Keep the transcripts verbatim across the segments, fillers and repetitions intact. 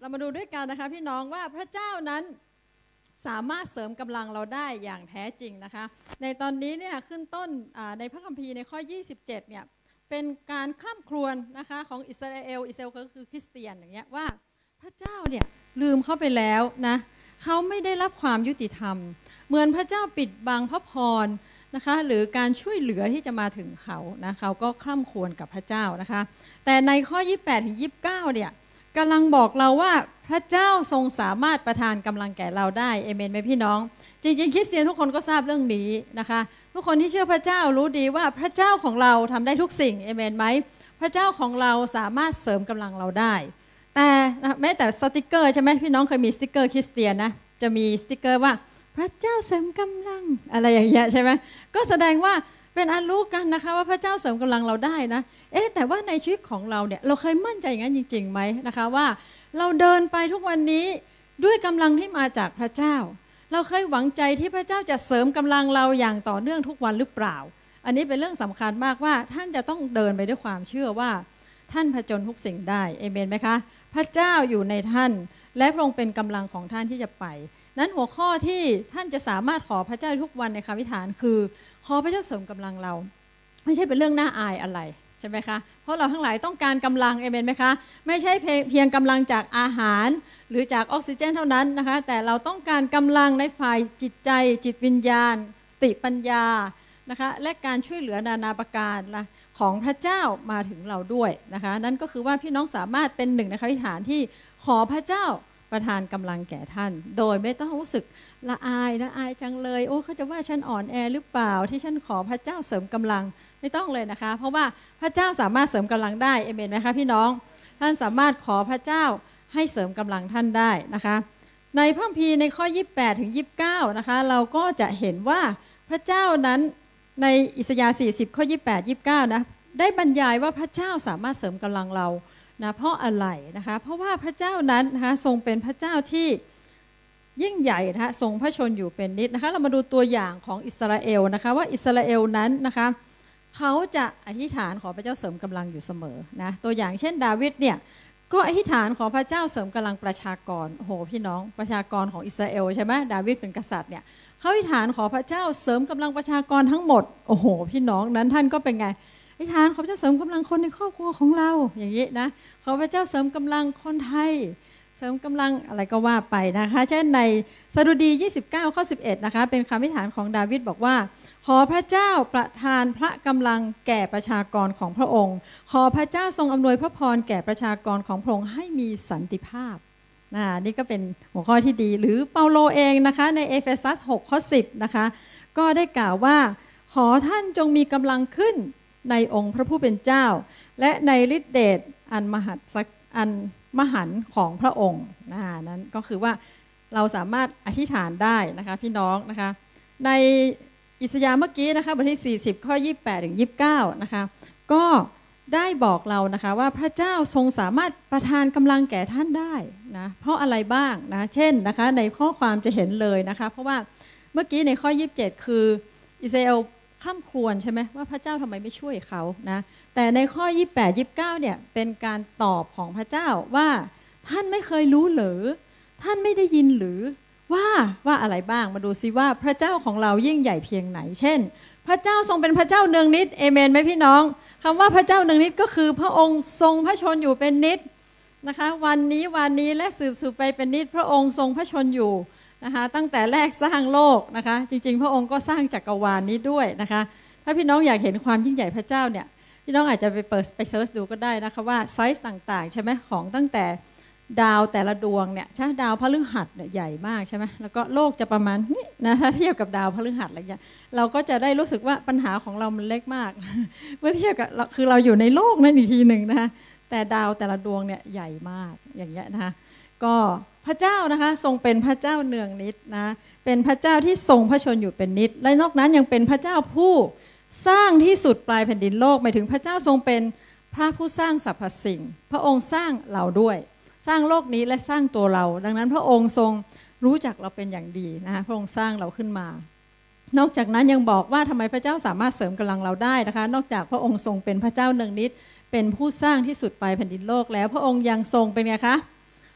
เรามาดูด้วยกันนะคะพี่น้องว่าพระเจ้านั้นสามารถเสริมกำลังเราได้อย่างแท้จริงนะคะในตอนนี้เนี่ยขึ้นต้นในพระคัมภีร์ในข้อยี่สิบเจ็ดเนี่ยเป็นการคร่ำครวญนะคะของอิสราเอลอิสราเอลก็คือคริสเตียนอย่างเงี้ยว่าพระเจ้าเนี่ยลืมเขาไปแล้วนะเขาไม่ได้รับความยุติธรรมเหมือนพระเจ้าปิดบังพระพรนะคะหรือการช่วยเหลือที่จะมาถึงเขานะเขาก็คร่ำครวญกับพระเจ้านะคะแต่ในข้อยี่สิบแปดถึงยี่สิบเก้าเนี่ยกำลังบอกเราว่าพระเจ้าทรงสามารถประทานกำลังแก่เราได้เอเมนไหมพี่น้องจริงๆคริสเตียนทุกคนก็ทราบเรื่องนี้นะคะทุกคนที่เชื่อพระเจ้ารู้ดีว่าพระเจ้าของเราทำได้ทุกสิ่งเอเมนไหมพระเจ้าของเราสามารถเสริมกำลังเราได้แต่แม้แต่สติกเกอร์ใช่ไหมพี่น้องเคยมีสติกเกอร์คริสเตียนนะจะมีสติกเกอร์ว่าพระเจ้าเสริมกำลังอะไรอย่างเงี้ยใช่ไหมก็แสดงว่าเป็นอันรู้กันนะคะว่าพระเจ้าเสริมกำลังเราได้นะเอ๊ะแต่ว่าในชีวิตของเราเนี่ยเราเคยมั่นใจอย่างนั้นจริงๆไหมนะคะว่าเราเดินไปทุกวันนี้ด้วยกำลังที่มาจากพระเจ้าเราเคยหวังใจที่พระเจ้าจะเสริมกำลังเราอย่างต่อเนื่องทุกวันหรือเปล่าอันนี้เป็นเรื่องสำคัญมากว่าท่านจะต้องเดินไปด้วยความเชื่อว่าท่านผจญทุกสิ่งได้เอเมนไหมคะพระเจ้าอยู่ในท่านและพระองค์เป็นกำลังของท่านที่จะไปนั้นหัวข้อที่ท่านจะสามารถขอพระเจ้าทุกวันในคำอธิษฐานคือขอพระเจ้าเสริมกำลังเราไม่ใช่เป็นเรื่องน่าอายอะไรใช่ไหมคะเพราะเราทั้งหลายต้องการกำลังเอเมนไหมคะไม่ใช่เพียงกำลังจากอาหารหรือจากออกซิเจนเท่านั้นนะคะแต่เราต้องการกำลังในฝ่ายจิตใจจิตวิญญาณสติปัญญานะคะและการช่วยเหลือนานาประการของพระเจ้ามาถึงเราด้วยนะคะนั่นก็คือว่าพี่น้องสามารถเป็นหนึ่งในคำอธิษฐานที่ขอพระเจ้าประทานกำลังแก่ท่านโดยไม่ต้องรู้สึกละอายละอายจังเลยโอ้เขาจะว่าฉันอ่อนแอหรือเปล่าที่ฉันขอพระเจ้าเสริมกำลังไม่ต้องเลยนะคะเพราะว่าพระเจ้าสามารถเสริมกำลังได้เอเมนไหมคะพี่น้องท่านสามารถขอพระเจ้าให้เสริมกำลังท่านได้นะคะในพระคัมภีร์ในข้อยี่สิบแปดถึงยี่สิบเก้านะคะเราก็จะเห็นว่าพระเจ้านั้นในอิสยาห์สี่สิบข้อยี่สิบแปด ยี่สิบเก้านะได้บรรยายว่าพระเจ้าสามารถเสริมกำลังเรานะเพราะอะไรนะคะเพราะว่าพระเจ้านั้นนะคะทรงเป็นพระเจ้าที่ยิ่งใหญ่นะคะทรงพระชนอยู่เป็นนิดนะคะเรามาดูตัวอย่างของอิสราเอลนะคะว่าอิสราเอลนั้นนะคะเขาจะอธิษฐานขอพระเจ้าเสริมกำลังอยู่เสมอนะตัวอย่างเช่นดาวิดเนี่ยก็อธิษฐานขอพระเจ้าเสริมกำลังประชากรโอ้โหพี่น้องประชากรของอิสราเอลใช่ไหมดาวิดเป็นกษัตริย์เนี่ยเขาอธิษฐานขอพระเจ้าเสริมกำลังประชากรทั้งหมดโอ้โหพี่น้องนั้นท่านก็เป็นไงอธิษฐานขอพระเจ้าเสริมกำลังคนในครอบครัวของเราอย่างนี้นะขอพระเจ้าเสริมกำลังคนไทยเสริมกำลังอะไรก็ว่าไปนะคะเช่นในสดุดียี่สิบเก้าข้อสิบเอ็ดนะคะเป็นคำอธิษฐานของดาวิดบอกว่าขอพระเจ้าประทานพระกำลังแก่ประชากรของพระองค์ขอพระเจ้าทรงอำนวยพระพรแก่ประชากรของพระองค์ให้มีสันติภาพนะนี่ก็เป็นหัวข้อที่ดีหรือเปาโลเองนะคะในเอเฟซัสหกข้อสิบนะคะก็ได้กล่าวว่าขอท่านจงมีกำลังขึ้นในองค์พระผู้เป็นเจ้าและในฤทธิเดชอันมหัศอันมหันต์ของพระองค์นะนั้นก็คือว่าเราสามารถอธิษฐานได้นะคะพี่น้องนะคะในอิสยาห์เมื่อกี้นะคะบทที่สี่สิบข้อยี่สิบแปดถึงยี่สิบเก้านะคะก็ได้บอกเรานะคะว่าพระเจ้าทรงสามารถประทานกำลังแก่ท่านได้นะเพราะอะไรบ้างนะเช่นนะคะในข้อความจะเห็นเลยนะคะเพราะว่าเมื่อกี้ในข้อยี่สิบเจ็ดคืออิสราเอลคร่ำครวญใช่ไหมว่าพระเจ้าทำไมไม่ช่วยเขานะแต่ในข้อยี่สิบแปด ยี่สิบเก้าเนี่ยเป็นการตอบของพระเจ้าว่าท่านไม่เคยรู้หรือท่านไม่ได้ยินหรือว่าว่าอะไรบ้างมาดูซิว่าพระเจ้าของเรายิ่งใหญ่เพียงไหนเช่นพระเจ้าทรงเป็นพระเจ้าเนืองนิดเอเมนไหมพี่น้องคำว่าพระเจ้าเนืองนิดก็คือพระองค์ทรงพระชนอยู่เป็นนิดนะคะวันนี้วันนี้และสืบสืบไปเป็นนิดพระองค์ทรงพระชนอยู่นะคะตั้งแต่แรกสร้างโลกนะคะจริงๆพระองค์ก็สร้างจักรวาลนี้ด้วยนะคะถ้าพี่น้องอยากเห็นความยิ่งใหญ่พระเจ้าเนี่ยพี่น้องอาจจะไปเปิดไปเซิร์ชดูก็ได้นะคะว่าไซส์ต่างๆใช่ไหมของตั้งแต่ดาวแต่ละดวงเนี่ยใช่ดาวพฤหัสเนี่ยใหญ่มากใช่ไหมแล้วก็โลกจะประมาณนี้นะถ้าเทียบกับดาวพฤหัสอะไรเงี้ยเราก็จะได้รู้สึกว่าปัญหาของเรามันเล็กมากเมื่อเทียบกับคือเราอยู่ในโลกนั่นอีกทีหนึ่งนะคะแต่ดาวแต่ละดวงเนี่ยใหญ่มากอย่างเงี้ยนะคะก็พระเจ้านะคะทรงเป็นพระเจ้าเนืองนิดนะเป็นพระเจ้าที่ทรงพระชนอยู่เป็นนิดและนอกนั้นยังเป็นพระเจ้าผู้สร้างที่สุดปลายแผ่นดินโลกหมายถึงพระเจ้าทรงเป็นพระผู้สร้างสรรพสิ่งพระองค์สร้างเราด้วยสร้างโลกนี้และสร้างตัวเราดังนั้นพระองค์ทรงรู้จักเราเป็นอย่างดีนะคะพระองค์สร้างเราขึ้นมานอกจากนั้นยังบอกว่าทำไมพระเจ้าสามารถเสริมกำลังเราได้นะคะนอกจากพระองค์ทรงเป็นพระเจ้าเนืองนิดเป็นผู้สร้างที่สุดปลายแผ่นดินโลกแล้วพระองค์ยังทรงเป็นไงคะ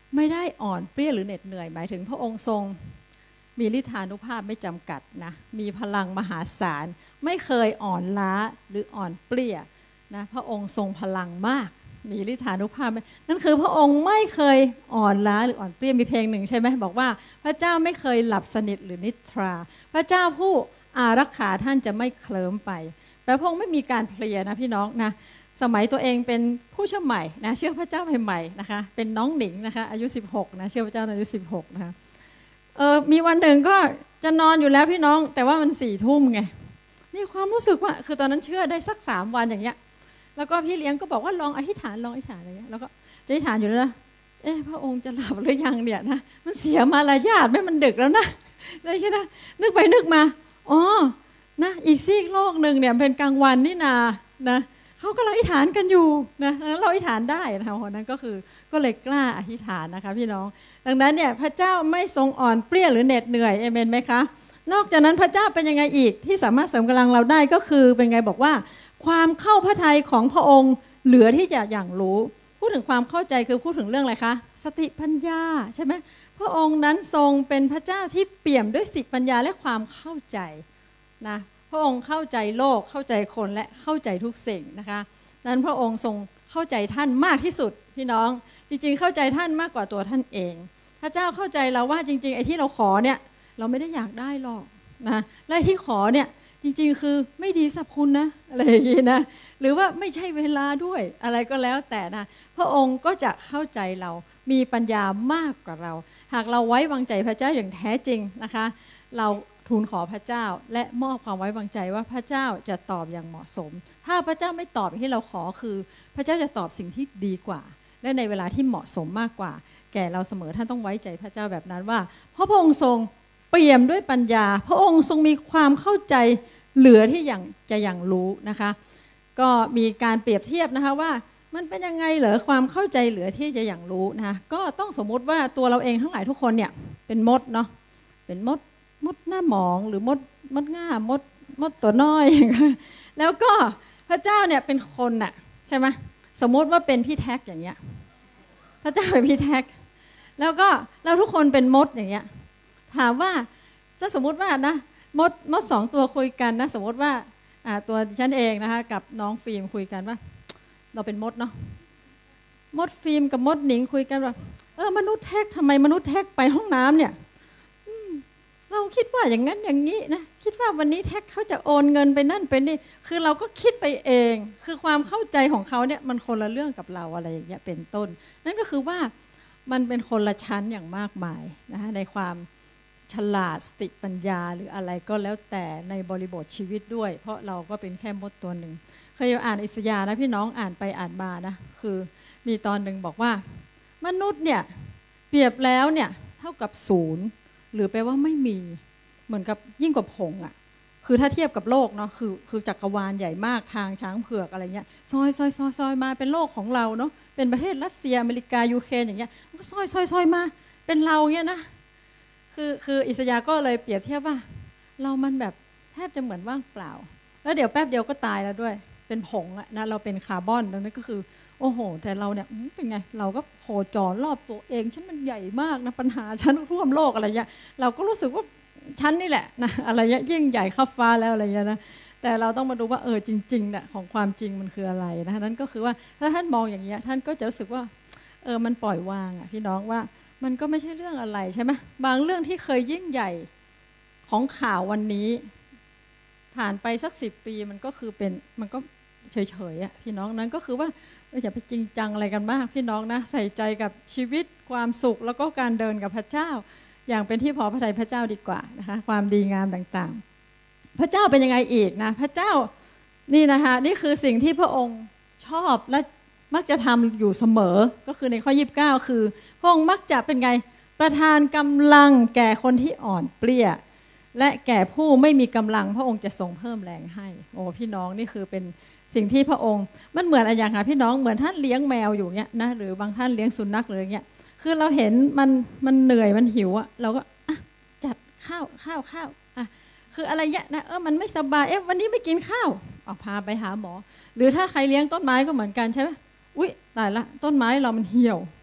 ไม่ได้อ่อนเปรี้ยหรือเหน็ดเหนื่อยหมายถึงพระองค์ทรงมีฤทธานุภาพไม่จำกัดนะมีพลังมหาศาลไม่เคยอ่อนล้าหรืออ่อนเปรี้ยนะพระองค์ทรงพลังมากมีฤทธานุภาพนั่นคือพระองค์ไม่เคยอ่อนล้าหรืออ่อนเปรี้ยมีเพลงหนึ่งใช่ไหมบอกว่าพระเจ้าไม่เคยหลับสนิทหรือนิทราพระเจ้าผู้อารักขาท่านจะไม่เคลิ้มไปแต่พระองค์ไม่มีการเพลียนะพี่น้องนะสมัยตัวเองเป็นผู้เชื่อใหม่นะเชื่อพระเจ้าใหม่ๆนะคะเป็นน้องหนิงนะคะอายุสิบหกนะเชื่อพระเจ้าอายุสิบหกนะคะเออมีวันหนึ่งก็จะนอนอยู่แล้วพี่น้องแต่ว่ามันสี่ทุ่มไงมีความรู้สึกว่าคือตอนนั้นเชื่อได้สักสามวันอย่างเงี้ยแล้วก็พี่เลี้ยงก็บอกว่าลองอธิษฐานลองอธิษฐานอะไรเงี้ยแล้วก็อธิษฐานอยู่แล้วนะเอ๊ะพระองค์จะหลับหรือยังเนี่ยนะมันเสียมารยาทไหมมันดึกแล้วนะอะไรแค่นั้นนึกไปนึกมาอ๋อนะอีกซีกโลกหนึ่งเนี่ยเป็นกลางวันนี่นานะเขากำลังอธิษฐานกันอยู่นะเราอธิษฐานได้นะคะวันนั้นก็คือก็เลยกล้าอธิษฐานนะคะพี่น้องดังนั้นเนี่ยพระเจ้าไม่ทรงอ่อนเปรี้ยหรือเหน็ดเหนื่อยเอเมนไหมคะนอกจากนั้นพระเจ้าเป็นยังไงอีกที่สามารถเสริมกำลังเราได้ก็คือเป็นไงบอกว่าความเข้าพระทัยของพระองค์เหลือที่จะอย่างรู้พูดถึงความเข้าใจคือพูดถึงเรื่องอะไรคะสติปัญญาใช่ไหมพระองค์นั้นทรงเป็นพระเจ้าที่เปี่ยมด้วยสติปัญญาและความเข้าใจนะพระองค์เข้าใจโลกเข้าใจคนและเข้าใจทุกสิ่งนะคะนั้นพระองค์ทรงเข้าใจท่านมากที่สุดพี่น้องจริงๆเข้าใจท่านมากกว่าตัวท่านเองพระเจ้าเข้าใจเราว่าจริงๆไอ้ที่เราขอเนี่ยเราไม่ได้อยากได้หรอกนะและที่ขอเนี่ยจริงๆคือไม่ดีสำหรับคุณนะอะไรอย่างนี้นะหรือว่าไม่ใช่เวลาด้วยอะไรก็แล้วแต่นะพระองค์ก็จะเข้าใจเรามีปัญญามากกว่าเราหากเราไว้วางใจพระเจ้าอย่างแท้จริงนะคะเราทูลขอพระเจ้าและมอบความไว้วางใจว่าพระเจ้าจะตอบอย่างเหมาะสมถ้าพระเจ้าไม่ตอบอย่างที่เราขอคือพระเจ้าจะตอบสิ่งที่ดีกว่าและในเวลาที่เหมาะสมมากกว่าแก่เราเสมอท่านต้องไว้ใจพระเจ้าแบบนั้นว่าเพราะพระองค์ทรงเปี่ยมด้วยปัญญาพระองค์ทรงมีความเข้าใจเหลือที่อย่างจะอย่างรู้นะคะก็มีการเปรียบเทียบนะคะว่ามันเป็นยังไงเหรอความเข้าใจเหลือที่จะอย่างรู้นะคะก็ต้องสมมุติว่าตัวเราเองทั้งหลายทุกคนเนี่ยเป็นมดเนาะเป็นมดมดหน้าหมองหรือมดมดง่ามดมดตัวน้อยแล้วก็พระเจ้าเนี่ยเป็นคนน่ะใช่ไหมสมมติว่าเป็นพี่แท็กอย่างเงี้ยพระเจ้าเป็นพี่แท็กแล้วก็เราทุกคนเป็นมดอย่างเงี้ยถามว่าจะสมมติว่านะมดมดสองตัวคุยกันนะสมมติว่าตัวฉันเองนะคะกับน้องฟิล์มคุยกันว่าเราเป็นมดเนาะมดฟิล์มกับมดหนิงคุยกันว่าเออมนุษย์แท็กทำไมมนุษย์แท็กไปห้องน้ำเนี่ยเราคิดว่าอย่างนั้นอย่างนี้นะคิดว่าวันนี้แท็กเขาจะโอนเงินไปนั่นไปนี่คือเราก็คิดไปเองคือความเข้าใจของเขาเนี่ยมันคนละเรื่องกับเราอะไรอย่างเงี้ยเป็นต้นนั่นก็คือว่ามันเป็นคนละชั้นอย่างมากมายนะคะในความฉลาดสติปัญญาหรืออะไรก็แล้วแต่ในบริบทชีวิตด้วยเพราะเราก็เป็นแค่มดตัวหนึ่งเคยอ่านอิสยาห์นะพี่น้องอ่านไปอ่านมานะคือมีตอนหนึ่งบอกว่ามนุษย์เนี่ยเปรียบแล้วเนี่ยเท่ากับศูนย์หรือแปลว่าไม่มีเหมือนกับยิ่งกว่าผงอ่ะคือถ้าเทียบกับโลกเนาะคือคือจักรวาลใหญ่มากทางช้างเผือกอะไรเงี้ยซอยซอยซอยซอยมาเป็นโลกของเราเนาะเป็นประเทศรัสเซียอเมริกายูเครนอย่างเงี้ยก็ซอยซอยซอยมาเป็นเราเงี้ยนะคือคืออิสยาห์ก็เลยเปรียบเทียบว่าเรามันแบบแทบจะเหมือนว่างเปล่าแล้วเดี๋ยวแป๊บเดียวก็ตายแล้วด้วยเป็นผงละนะเราเป็นคาร์บอนดังนั้นก็คือโอ้โหแต่เราเนี่ยเป็นไงเราก็โคจรรอบตัวเองฉันมันใหญ่มากนะปัญหาฉันร่วมโลกอะไรเงี้ยเราก็รู้สึกว่าฉันนี่แหละนะอะไรเงี้ยยิ่งใหญ่ข้าฟ้าแล้วอะไรเงี้ยนะแต่เราต้องมาดูว่าเออจริงๆเนี่ยของความจริงมันคืออะไรนะนั้นก็คือว่าถ้าท่านมองอย่างเงี้ยท่านก็จะรู้สึกว่าเออมันปล่อยวางอ่ะพี่น้องว่ามันก็ไม่ใช่เรื่องอะไรใช่ไหมบางเรื่องที่เคยยิ่งใหญ่ของข่าววันนี้ผ่านไปสักสิบปีมันก็คือเป็นมันก็เฉยๆอ่ะพี่น้องนั้นก็คือว่าอย่าไปจริงจังอะไรกันมากพี่น้องนะใส่ใจกับชีวิตความสุขแล้วก็การเดินกับพระเจ้าอย่างเป็นที่พอพระทัยพระเจ้าดีกว่านะคะความดีงามต่างๆพระเจ้าเป็นยังไงอีกนะพระเจ้านี่นะคะนี่คือสิ่งที่พระองค์ชอบและมักจะทำอยู่เสมอก็คือในข้อยี่สิบเก้าคือพระองค์มักจะเป็นไงประทานกำลังแก่คนที่อ่อนเปรี้ยและแก่ผู้ไม่มีกำลังพระองค์จะทรงเพิ่มแรงให้โอ้พี่น้องนี่คือเป็นสิ่งที่พระองค์มันเหมือนอะไรอย่างค่ะพี่น้องเหมือนท่านเลี้ยงแมวอยู่เงี้ยนะหรือบางท่านเลี้ยงสุนัขหรืออย่างเงี้ยคือเราเห็นมันมันเหนื่อยมันหิวอะเราก็อ่ะจัดข้าวข้าวข้าวอ่ะคืออะไรเงี้ยนะเออมันไม่สบายเอ๊ะวันนี้ไม่กินข้าวเอาพาไปหาหมอหรือถ้าใครเลี้ยงต้นไม้ก็เหมือนกันใช่ไหมอุ๊ยตายละต้นไม้เรามันเหี่ยว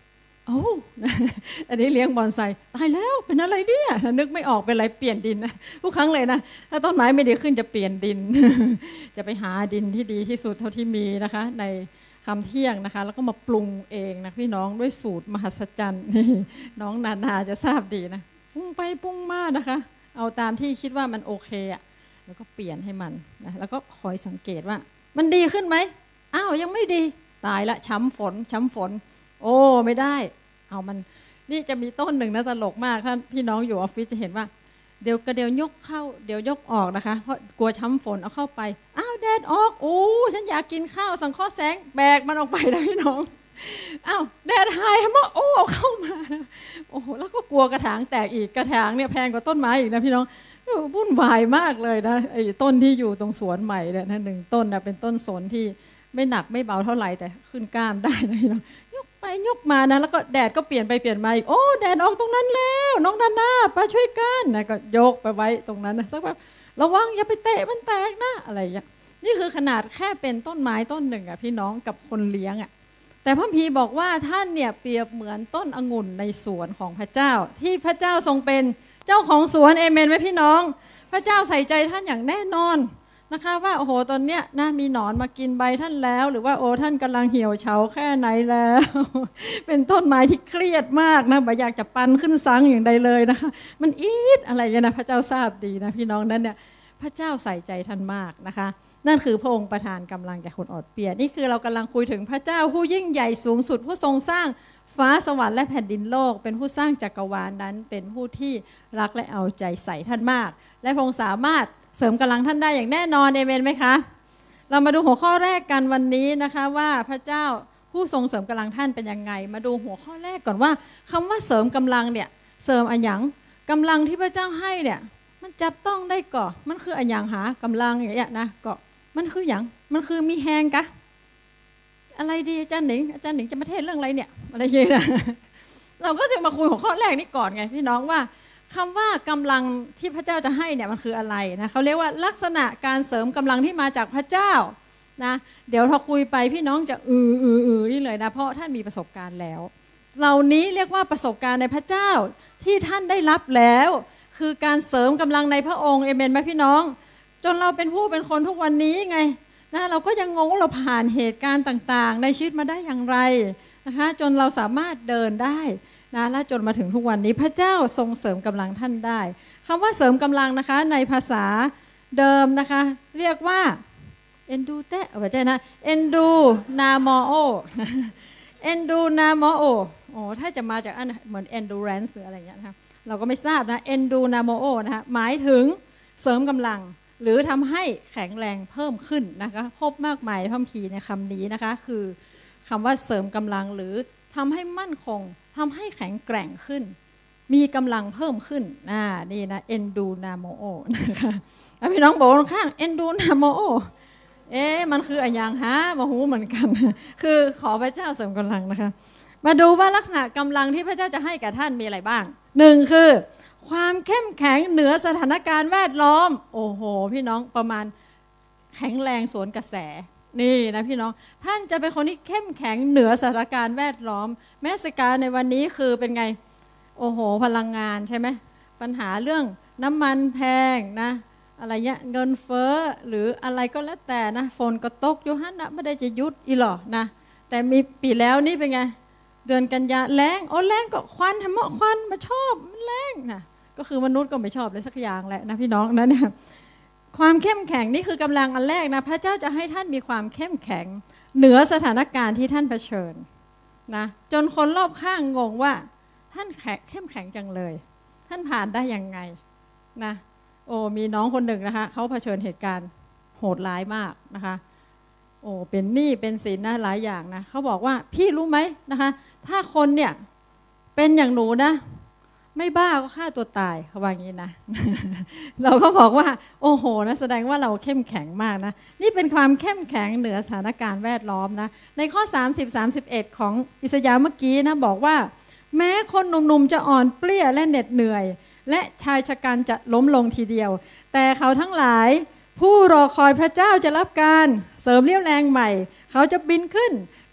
โอ้อันนี้เลี้ยงบอนไซตายแล้วเป็นอะไรเนี่ยนึกไม่ออกเป็นอะไรเปลี่ยนดินนะทุกครั้งเลยนะถ้าต้นไม้ไม่ดีขึ้นจะเปลี่ยนดิน จะไปหาดินที่ดีที่สุดเท่าที่มีนะคะในคำเที่ยงนะคะแล้วก็มาปรุงเองนะพี่น้องด้วยสูตรมหัศจรรย์นี่น้องนานาจะทราบดีนะปรุงไปปรุงมานะคะเอาตามที่คิดว่ามันโอเคอะแล้วก็เปลี่ยนให้มันนะแล้วก็คอยสังเกตว่ามันดีขึ้นไหมอ้าวยังไม่ดีตายละช้ำฝนช้ำฝนโอ้ไม่ได้เอามันนี่จะมีต้นหนึ่งนะตลกมากท่านพี่น้องอยู่ออฟฟิศจะเห็นว่าเดี๋ยวก็เดี๋ยวยกเข้าเดี๋ยวยกออกนะคะเพราะกลัวช้ำฝนเอาเข้าไปอ้าวแดดออกโอ้ฉันอยากกินข้าวสังเคราะห์แสงแบกมันออกไปนะพี่น้องอ้าวแดดหายมาโอ้เข้ามาโอ้แล้วก็กลัวกระถางแตกอีกกระถางเนี่ยแพงกว่าต้นไม้อีกนะพี่น้องวุ่นวายมากเลยนะไอ้ต้นที่อยู่ตรงสวนใหม่เนี่ยนะหนึ่งต้นนะเป็นต้นสนที่ไม่หนักไม่เบาเท่าไหร่แต่ขึ้นก้านได้นะพี่น้องยกไปยกมานะแล้วก็แดดก็เปลี่ยนไปเปลี่ยนมาอีกโอ้แดดออกตรงนั้นแล้วน้องนานาไปช่วยกันนะก็ยกไปไว้ตรงนั้นนะสักแบบระวังอย่าไปเตะมันแตกนะอะไรอย่างนี้นี่คือขนาดแค่เป็นต้นไม้ต้นหนึ่งอ่ะพี่น้องกับคนเลี้ยงอ่ะแต่พระพีบอกว่าท่านเนี่ยเปรียบเหมือนต้นองุ่นในสวนของพระเจ้าที่พระเจ้าทรงเป็นเจ้าของสวนเอเมนไหมพี่น้องพระเจ้าใส่ใจท่านอย่างแน่นอนนะคะว่าโอ้โหตอนเนี้ยนะมีหนอนมากินใบท่านแล้วหรือว่าโอ้ท่านกำลังเหี่ยวเฉาแค่ไหนแล้วเป็นต้นไม้ที่เครียดมากนะบ่อยากจะปันขึ้นซังอย่างใดเลยนะคะมันอีดอะไรกันนะพระเจ้าทราบดีนะพี่น้องนั้นเนี่ยพระเจ้าใส่ใจท่านมากนะคะนั่นคือพระองค์ประทานกำลังแก่คนอดเปรียนี่คือเรากำลังคุยถึงพระเจ้าผู้ยิ่งใหญ่สูงสุดผู้ทรงสร้างฟ้าสวรรค์และแผ่นดินโลกเป็นผู้สร้างจักรวาลนั้นเป็นผู้ที่รักและเอาใจใส่ท่านมากและพระองค์สามารถเสริมกำลังท่านได้อย่างแน่นอนเอเมนไหมคะเรามาดูหัวข้อแรกกันวันนี้นะคะว่าพระเจ้าผู้ทรงเสริมกำลังท่านเป็นยังไงมาดูหัวข้อแรกก่อนว่าคำว่าเสริมกำลังเนี่ยเสริมอันหยังกำลังที่พระเจ้าให้เนี่ยมันจับต้องได้ก่อมันคืออันหยังหากำลังอย่างเงี้ยนะก็มันคือหยังมันคือมีแฮงกะอะไรดีอาจารย์หนิงอาจารย์หนิงจะมาเทศเรื่องอะไรเนี่ยอะไรอย่างเงี้ยเราก็จะมาคุยหัวข้อแรกนี้ก่อนไงพี่น้องว่าคำว่ากำลังที่พระเจ้าจะให้เนี่ยมันคืออะไรนะเขาเรียกว่าลักษณะการเสริมกำลังที่มาจากพระเจ้านะเดี๋ยวพอคุยไปพี่น้องจะอืออืออือนี่เลยนะเพราะท่านมีประสบการณ์แล้วเหล่านี้เรียกว่าประสบการณ์ในพระเจ้าที่ท่านได้รับแล้วคือการเสริมกำลังในพระองค์เอเมนไหมพี่น้องจนเราเป็นผู้เป็นคนทุกวันนี้ไงนะเราก็ยังงงว่าเราผ่านเหตุการณ์ต่างๆในชีวิตมาได้อย่างไรนะคะจนเราสามารถเดินได้นะและจนมาถึงทุกวันนี้พระเจ้าทรงเสริมกำลังท่านได้คำว่าเสริมกำลังนะคะในภาษาเดิมนะคะเรียกว่าเอนดูเตะเอาไว้ใจนะเอนดูนาโมโอเอนดูนาโมโอโอ้ถ้าจะมาจากอันเหมือน endurance หรืออะไรอย่างเงี้ยนะคะเราก็ไม่ทราบนะเอนดูนาโมโอนะคะหมายถึงเสริมกำลังหรือทำให้แข็งแรงเพิ่มขึ้นนะคะพบมากมายพระคัมภีร์ในคำนี้นะคะคือคำว่าเสริมกำลังหรือทำให้มั่นคงทำให้แข็งแกร่งขึ้นมีกำลังเพิ่มขึ้นอ่านี่นะเอนดูนาโมโอนะคะพี่น้องบอกข้างเอนดูนาโมโอเอ๊ะมันคืออะไรฮะมาหูเหมือนกันคือขอพระเจ้าเสริมกำลังนะคะมาดูว่าลักษณะกำลังที่พระเจ้าจะให้แก่ท่านมีอะไรบ้างหนึ่งคือความเข้มแข็งเหนือสถานการณ์แวดล้อมโอ้โหพี่น้องประมาณแข็งแรงสวนกระแสนี่นะพี่น้องท่านจะเป็นคนที่เข้มแข็งเหนือสถานการณ์แวดล้อมแม้สถานการณ์ในวันนี้คือเป็นไงโอ้โหพลังงานใช่ไหมปัญหาเรื่องน้ำมันแพงนะอะไรเงี้ยเงินเฟ้อหรืออะไรก็แล้วแต่นะฝนก็ตกอยู่ฮั่นนะไม่ได้จะยุดอีหรอนะแต่มีปีแล้วนี่เป็นไงเดือนกันยาแรงโอ้แรงก็ควันทำเมาะควันมาชอบมันแรงนะก็คือมนุษย์ก็ไม่ชอบเลยสักอย่างแหละนะพี่น้องนั้นเนี่ยความเข้มแข็งนี่คือกำลังอันแรกนะพระเจ้าจะให้ท่านมีความเข้มแข็งเหนือสถานการณ์ที่ท่านเผชิญนะจนคนรอบข้างงงว่าท่านเข้มแข็งจังเลยท่านผ่านได้ยังไงนะโอ้มีน้องคนหนึ่งนะคะเขาเผชิญเหตุการณ์โหดร้ายมากนะคะโอ้เป็นหนี้เป็นสินนะหลายอย่างนะเขาบอกว่าพี่รู้ไหมนะคะถ้าคนเนี่ยเป็นอย่างหนูนะไม่บ้าก็ฆ่าตัวตายเขาว่าอย่างนี้นะ เราก็บอกว่าโอ้โหนะแสดงว่าเราเข้มแข็งมากนะนี่เป็นความเข้มแข็งเหนือสถานการณ์แวดล้อมนะในข้อสามสิบ สามสิบเอ็ดของอิสยาห์เมื่อกี้นะบอกว่าแม้คนหนุ่มๆจะอ่อนเปลี้ยและเหน็ดเหนื่อยและชายชะกันจะล้มลงทีเดียวแต่เขาทั้งหลายผู้รอคอยพระเจ้าจะรับการเสริมเรี่ยวแรงใหม่เขาจะบินขึ้น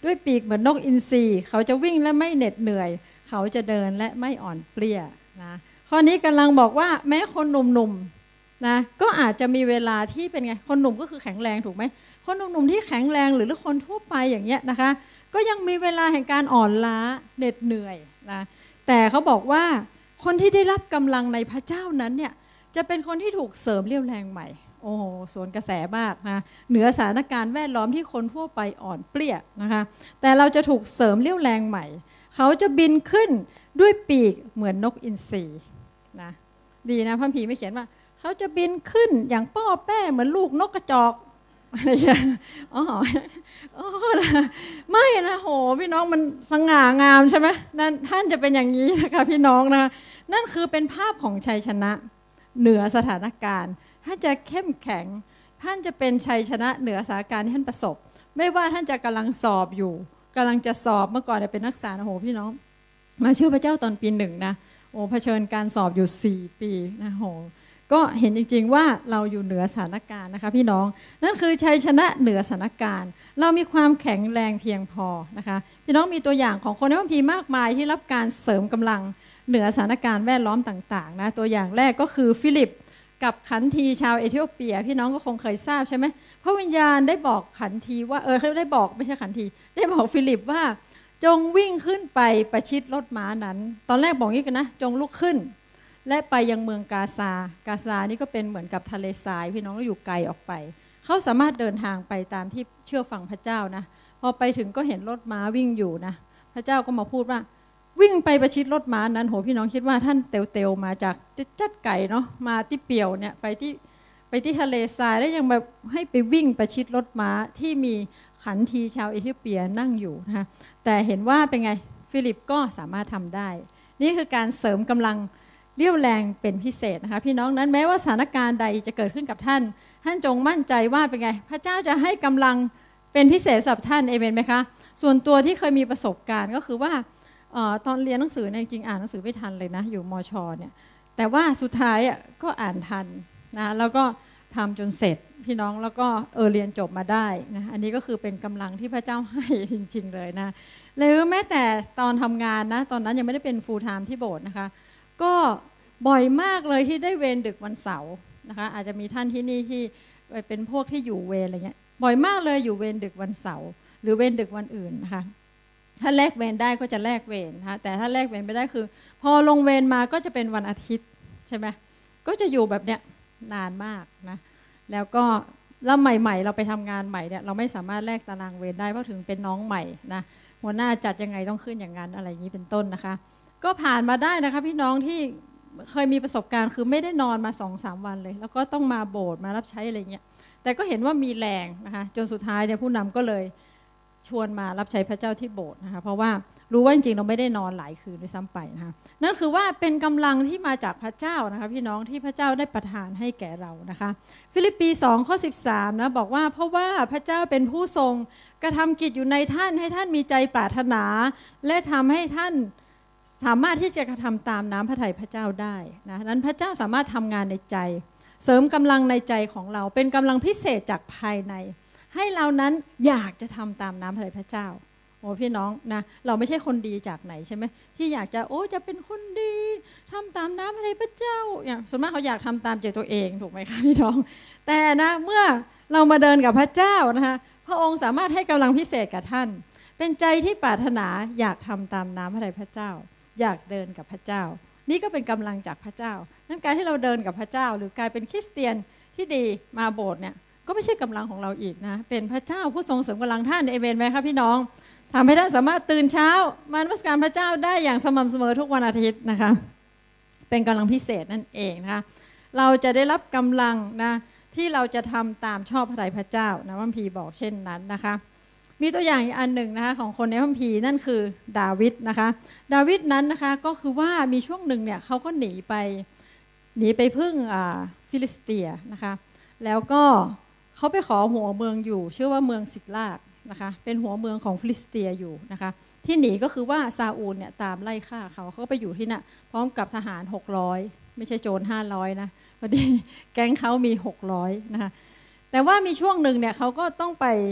ด้วยปีกเหมือนนกอินทรีเขาจะวิ่งและไม่เหน็ดเหนื่อยเขาจะเดินและไม่อ่อนเปลี้ยนะข้อนี้กำลังบอกว่าแม้คนหนุ่มๆนะก็อาจจะมีเวลาที่เป็นไงคนหนุ่มก็คือแข็งแรงถูกไหมคนหนุ่มๆที่แข็งแรงหรือคนทั่วไปอย่างเงี้ยนะคะก็ยังมีเวลาแห่งการอ่อนล้าเหน็ดเหนื่อยนะแต่เขาบอกว่าคนที่ได้รับกำลังในพระเจ้านั้นเนี่ยจะเป็นคนที่ถูกเสริมเรี่ยวแรงใหม่โอ้โหสวนกระแสมากนะเหนือสถานการณ์แวดล้อมที่คนทั่วไปอ่อนเปลี้ยนะคะแต่เราจะถูกเสริมเรี่ยวแรงใหม่เขาจะบินขึ้นด้วยปีกเหมือนนกอินทรีนะดีนะพระคัมภีร์ไม่เขียนว่าเขาจะบินขึ้นอย่างป้อแป้เหมือนลูกนกกระจอกอะไรอย่างเงี้ยอ๋ออ๋อไม่นะโหพี่น้องมันสง่างามใช่ไหมนั่นท่านจะเป็นอย่างนี้นะคะพี่น้องนะคะนั่นคือเป็นภาพของชัยชนะเหนือสถานการณ์ท่านจะเข้มแข็งท่านจะเป็นชัยชนะเหนือสถานการณ์ที่ท่านประสบไม่ว่าท่านจะกำลังสอบอยู่กำลังจะสอบเมื่อก่อนเป็นนักศึกษาโอ้โหพี่น้องมาเชื่อพระเจ้าตอนปีหนึ่งนะโอ้เผชิญการสอบอยู่สี่ปีนะโหก็เห็นจริงๆว่าเราอยู่เหนือสถานการณ์นะคะพี่น้องนั่นคือชัยชนะเหนือสถานการณ์เรามีความแข็งแรงเพียงพอนะคะพี่น้องมีตัวอย่างของคนในพระคัมภีร์มากมายที่รับการเสริมกำลังเหนือสถานการณ์แวดล้อมต่างๆนะตัวอย่างแรกก็คือฟิลิปกับขันทีชาวเอธิโอเปียพี่น้องก็คงเคยทราบใช่ไหมพระวิญญาณได้บอกขันทีว่าเออเขาได้บอกไม่ใช่ขันทีได้บอกฟิลิปว่าจงวิ่งขึ้นไปประชิดรถม้านั้นตอนแรกบอกงี้กันนะจงลุกขึ้นและไปยังเมืองกาซากาซานี่ก็เป็นเหมือนกับทะเลทรายพี่น้องก็อยู่ไกลออกไปเขาสามารถเดินทางไปตามที่เชื่อฟังพระเจ้านะพอไปถึงก็เห็นรถม้าวิ่งอยู่นะพระเจ้าก็มาพูดว่าวิ่งไปประชิดรถม้านั้นโหพี่น้องคิดว่าท่านเตวๆมาจากจัดไก่เนาะมาที่เปี่ยวเนี่ยไปที่ไปที่ทะเลทรายแล้วยังแบบให้ไปวิ่งประชิดรถม้าที่มีขันทีชาวเอธิโอเปียนั่งอยู่นะคะแต่เห็นว่าเป็นไงฟิลิปก็สามารถทำได้นี่คือการเสริมกำลังเรี่ยวแรงเป็นพิเศษนะคะพี่น้องนั้นแม้ว่าสถานการณ์ใดจะเกิดขึ้นกับท่านท่านจงมั่นใจว่าเป็นไงพระเจ้าจะให้กำลังเป็นพิเศษสำหรับท่านเอเมนไหมคะส่วนตัวที่เคยมีประสบการณ์ก็คือว่าออตอนเรียนหนังสือเนี่ยจริงอ่านหนังสือไม่ทันเลยนะอยู่มชเนี่ยแต่ว่าสุดท้ายอ่ะก็อ่านทันนะแล้วก็ทำจนเสร็จพี่น้องแล้วก็เออเรียนจบมาได้นะอันนี้ก็คือเป็นกำลังที่พระเจ้าให้จริงๆเลยนะเลยแม้แต่ตอนทำงานนะตอนนั้นยังไม่ได้เป็นฟูลไทม์ที่โบสถ์นะคะก็บ่อยมากเลยที่ได้เวรดึกวันเสาร์นะคะอาจจะมีท่านที่นี่ที่เป็นพวกที่อยู่เวรอะไรเงี้ยบ่อยมากเลยอยู่เวรดึกวันเสาร์หรือเวรดึกวันอื่นนะคะถ้าแลกเวรได้ก็จะแลกเวรนะคะแต่ถ้าแลกเวรไม่ได้คือพอลงเวรมาก็จะเป็นวันอาทิตย์ใช่ไหมก็จะอยู่แบบเนี้ยนานมากนะแล้วก็แล้วใหม่ๆเราไปทำงานใหม่เนี่ยเราไม่สามารถแลกตารางเวรได้เพราะถึงเป็นน้องใหม่นะหัวหน้าจัดยังไงต้องขึ้นอย่างนั้นอะไรอย่างนี้เป็นต้นนะคะก็ผ่านมาได้นะคะพี่น้องที่เคยมีประสบการณ์คือไม่ได้นอนมา สองสาม วันเลยแล้วก็ต้องมาโบสถ์มารับใช้อะไรเงี้ยแต่ก็เห็นว่ามีแรงนะคะจนสุดท้ายเนี่ยผู้นำก็เลยชวนมารับใช้พระเจ้าที่โบสถ์นะคะเพราะว่ารู้ว่าจริงๆเราไม่ได้นอนหลายคืนด้วยซ้ำไปนะคะนั่นคือว่าเป็นกำลังที่มาจากพระเจ้านะคะพี่น้องที่พระเจ้าได้ประทานให้แก่เรานะคะฟิลิปปีสองข้อสิบสามนะบอกว่าเพราะว่าพระเจ้าเป็นผู้ทรงกระทำกิจอยู่ในท่านให้ท่านมีใจปรารถนาและทำให้ท่านสามารถที่จะกระทำตามน้ำพระทัยพระเจ้าได้นะนั้นพระเจ้าสามารถทำงานในใจเสริมกำลังในใจของเราเป็นกำลังพิเศษจากภายในให้เรานั้นอยากจะทำตามน้ำพระทัยพระเจ้าโอ้พี่น้องนะเราไม่ใช่คนดีจากไหนใช่ไหมที่อยากจะโอ้จะเป็นคนดีทำตามน้ำพระทัยพระเจ้าอย่างส่วนมากเขาอยากทำตามใจตัวเองถูกไหมคะพี่น้องแต่นะเมื่อเรามาเดินกับพระเจ้านะคะพระองค์สามารถให้กำลังพิเศษกับท่านเป็นใจที่ปรารถนาอยากทำตามน้ำพระทัยพระเจ้าอยากเดินกับพระเจ้านี่ก็เป็นกำลังจากพระเจ้านั้นการที่เราเดินกับพระเจ้าหรือกลายเป็นคริสเตียนที่ดีมาโบสถ์เนี่ยก็ไม่ใช่กำลังของเราอีกนะเป็นพระเจ้าผู้ทรงเสริมกำลังท่านเอเมนไหมคะพี่น้องทำให้ท่านสามารถตื่นเช้ามานมัสการพระเจ้าได้อย่างสม่ำเสมอทุกวันอาทิตย์นะคะเป็นกำลังพิเศษนั่นเองนะคะเราจะได้รับกำลังนะที่เราจะทำตามชอบพระทัยพระเจ้านะพระคัมภีร์บอกเช่นนั้นนะคะมีตัวอย่างอีกอันหนึ่งนะคะของคนในพระคัมภีร์นั่นคือดาวิดนะคะดาวิดนั้นนะคะก็คือว่ามีช่วงหนึ่งเนี่ยเขาก็หนีไปหนีไปพึ่งฟิลิสเตียนะคะแล้วก็เขาไปขอหัวเมืองอยู่ชื่อว่าเมืองซิกลากนะคะเป็นหัวเมืองของฟิลิสเตียอยู่นะคะที่หนีก็คือว่าซาอูลเนี่ยตามไล่ฆ่าเขาเขาไปอยู่ที่น่ะพร้อมกับทหารหกร้อยไม่ใช่โจรห้าร้อยนะพอดีแก๊งเขามีหกร้อยนะคะแต่ว่ามีช่วงหนึ่งเนี่ยเขาก็ต้องไป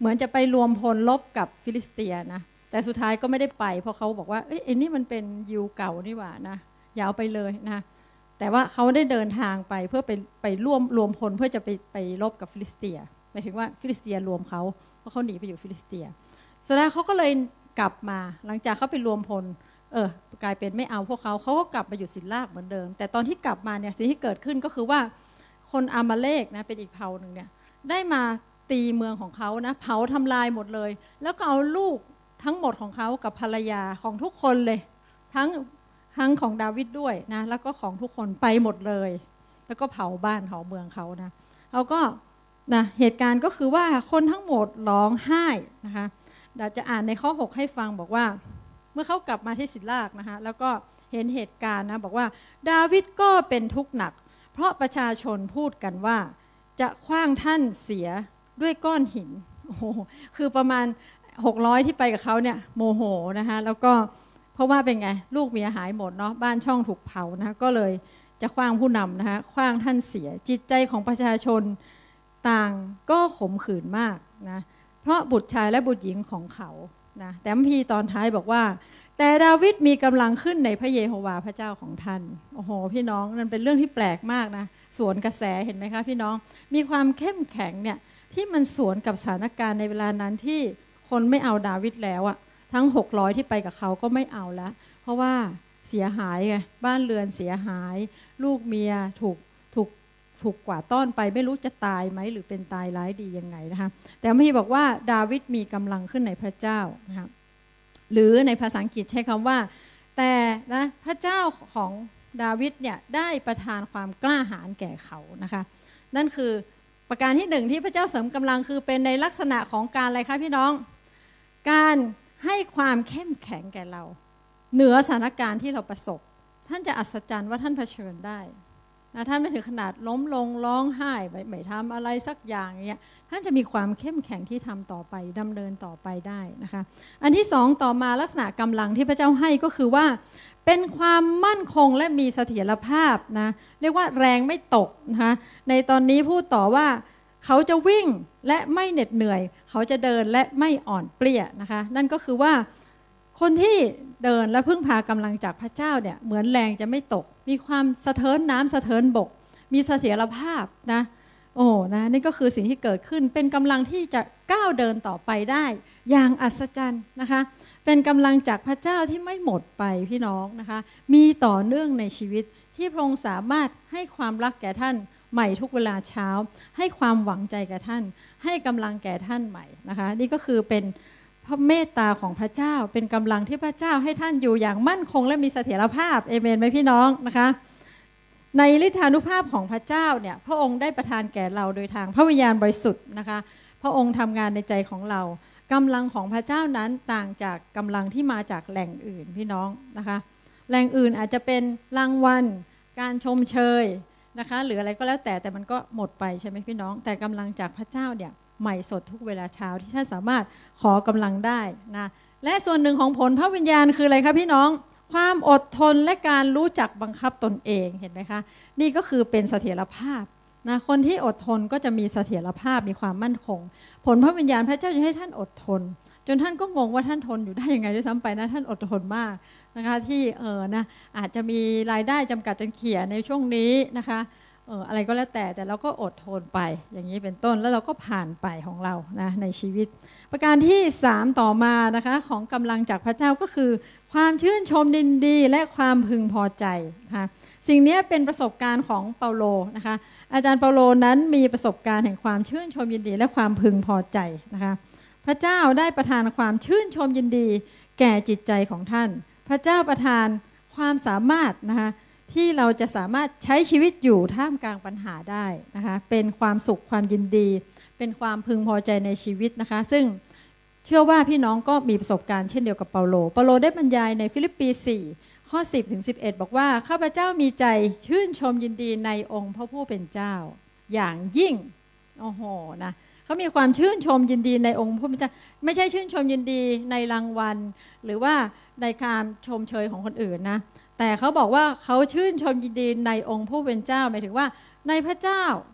เหมือนจะไปรวมพลลบกับฟิลิสเตียนะแต่สุดท้ายก็ไม่ได้ไปเพราะเขาบอกว่าเอ้ยไอ้นี่มันเป็นยิวเก่านี่หว่านะอย่าเอาไปเลยนะแต่ว่าเขาได้เดินทางไปเพื่อไปไปร่วมรวมพลเพื่อจะไปไปรบกับฟิลิสเตียหมายถึงว่าฟิลิสเตียรวมเขาเพราะเขาหนีไปอยู่ฟิลิสเตียสุดท้ายเขาก็เลยกลับมาหลังจากเขาไปรวมพลเออกลายเป็นไม่เอาพวกเขาเขาก็กลับมาอยู่ศิลาคเหมือนเดิมแต่ตอนที่กลับมาเนี่ยสิ่งที่เกิดขึ้นก็คือว่าคนอามาเลกนะเป็นอีกเผ่าหนึ่งเนี่ยได้มาตีเมืองของเขานะเผาทำลายหมดเลยแล้วก็เอาลูกทั้งหมดของเขากับภรรยาของทุกคนเลยทั้งทั้งของดาวิดด้วยนะแล้วก็ของทุกคนไปหมดเลยแล้วก็เผาบ้านเผาเมืองเขานะเราก็นะเหตุการณ์ก็คือว่าคนทั้งหมดร้องไห้นะคะเดี๋ยวจะอ่านในข้อหกให้ฟังบอกว่าเมื่อเขากลับมาที่ศิลาคนะคะแล้วก็เห็นเหตุการณ์นะบอกว่าดาวิดก็เป็นทุกข์หนักเพราะประชาชนพูดกันว่าจะขว้างท่านเสียด้วยก้อนหินโอ้โหคือประมาณหกร้อยที่ไปกับเขาเนี่ยโมโหนะคะแล้วก็เพราะว่าเป็นไงลูกเมียหายหมดเนาะบ้านช่องถูกเผานะก็เลยจะขว้างผู้นำนะคะขว้างท่านเสียจิตใจของประชาชนต่างก็ขมขื่นมากนะเพราะบุตรชายและบุตรหญิงของเขานะแต่พระคัมภีร์ตอนท้ายบอกว่าแต่ดาวิดมีกำลังขึ้นในพระเยโฮวาห์พระเจ้าของท่านโอ้โหพี่น้องนั่นเป็นเรื่องที่แปลกมากนะสวนกระแสเห็นไหมคะพี่น้องมีความเข้มแข็งเนี่ยที่มันสวนกับสถานการณ์ในเวลานั้นที่คนไม่เอาดาวิดแล้วอะทั้งหกร้อยที่ไปกับเขาก็ไม่เอาแล้วเพราะว่าเสียหายไงบ้านเรือนเสียหายลูกเมียถูกถูกถูกกวาดต้อนไปไม่รู้จะตายไหมหรือเป็นตายร้ายดียังไงนะคะแต่พระคัมภีร์บอกว่าดาวิดมีกำลังขึ้นในพระเจ้านะคะหรือในภาษาอังกฤษใช้คำว่าแต่นะพระเจ้าของดาวิดเนี่ยได้ประทานความกล้าหาญแก่เขานะคะนั่นคือประการที่หนึ่งที่พระเจ้าเสริมกำลังคือเป็นในลักษณะของการอะไรคะพี่น้องการให้ความเข้มแข็งแก่เราเหนือสถานการณ์ที่เราประสบท่านจะอัศจรรย์ว่าท่านเผชิญได้นะท่านไม่ถึงขนาดล้มลงร้องไห้ไม่ไม่ทำอะไรสักอย่างเงี้ยท่านจะมีความเข้มแข็งที่ทำต่อไปดำเนินต่อไปได้นะคะอันที่สองต่อมาลักษณะกำลังที่พระเจ้าให้ก็คือว่าเป็นความมั่นคงและมีเสถียรภาพนะเรียกว่าแรงไม่ตกนะคะในตอนนี้พูดต่อว่าเขาจะวิ่งและไม่เหน็ดเหนื่อยเขาจะเดินและไม่อ่อนเปลี้ยนะคะนั่นก็คือว่าคนที่เดินและพึ่งพากำลังจากพระเจ้าเนี่ยเหมือนแรงจะไม่ตกมีความสะเทินน้ำสะเทินบกมีเสถียรภาพนะโอ้นะนี่ก็คือสิ่งที่เกิดขึ้นเป็นกำลังที่จะก้าวเดินต่อไปได้อย่างอัศจรรย์นะคะเป็นกำลังจากพระเจ้าที่ไม่หมดไปพี่น้องนะคะมีต่อเนื่องในชีวิตที่พระองค์สามารถให้ความรักแก่ท่านใหม่ทุกเวลาเช้าให้ความหวังใจแก่ท่านให้กำลังแก่ท่านใหม่นะคะนี่ก็คือเป็นพระเมตตาของพระเจ้าเป็นกำลังที่พระเจ้าให้ท่านอยู่อย่างมั่นคงและมีเสถียรภาพเอเมนไหมพี่น้องนะคะในฤทธานุภาพของพระเจ้าเนี่ยพระองค์ได้ประทานแก่เราโดยทางพระวิญญาณบริสุทธิ์นะคะพระองค์ทำงานในใจของเรากำลังของพระเจ้านั้นต่างจากกำลังที่มาจากแหล่งอื่นพี่น้องนะคะแหล่งอื่นอาจจะเป็นรางวัลการชมเชยนะคะหรืออะไรก็แล้วแต่แต่มันก็หมดไปใช่ไหมพี่น้องแต่กำลังจากพระเจ้าเนี่ยใหม่สดทุกเวลาเช้าที่ท่านสามารถขอกำลังได้นะและส่วนหนึ่งของผลพระวิญญาณคืออะไรคะพี่น้องความอดทนและการรู้จักบังคับตนเองเห็นไหมคะนี่ก็คือเป็นเสถียรภาพนะคนที่อดทนก็จะมีเสถียรภาพมีความมั่นคงผลพระวิญญาณพระเจ้าจะให้ท่านอดทนจนท่านก็งงว่าท่านทนอยู่ได้ยังไงด้วยซ้ำไปนะท่านอดทนมากนะคะที่เออนะอาจจะมีรายได้จำกัดจนเขี่ยในช่วงนี้นะคะเอออะไรก็แล้วแต่แต่เราก็อดทนไปอย่างนี้เป็นต้นแล้วเราก็ผ่านไปของเรานะในชีวิตประการที่สามต่อมานะคะของกำลังจากพระเจ้าก็คือความชื่นชมยินดีและความพึงพอใจนะคะสิ่งนี้เป็นประสบการณ์ของเปาโลนะคะอาจารย์เปาโลนั้นมีประสบการณ์แห่งความชื่นชมยินดีและความพึงพอใจนะคะพระเจ้าได้ประทานความชื่นชมยินดีแก่จิตใจของท่านพระเจ้าประทานความสามารถนะคะที่เราจะสามารถใช้ชีวิตอยู่ท่ามกลางปัญหาได้นะคะเป็นความสุขความยินดีเป็นความพึงพอใจในชีวิตนะคะซึ่งเชื่อว่าพี่น้องก็มีประสบการณ์เช่นเดียวกับเปาโลเปาโลได้บรรยายในฟิลิปปีสี่ข้อสิบถึงสิบเอ็ดบอกว่าข้าพเจ้ามีใจชื่นชมยินดีในองค์พระผู้เป็นเจ้าอย่างยิ่งโอ้โหนะเขามีความชื่นชมยินดีในองค์พระผู้เป็นเจ้าไม่ใช่ชื่นชมยินดีในรางวัลหรือว่าในการชมเชยของคนอื่นนะแต่เขาบอกว่าเขาชื่นชมยินดีในองค์ผู้เป็นเจ้าหมายถึงว่าในพระเจ้า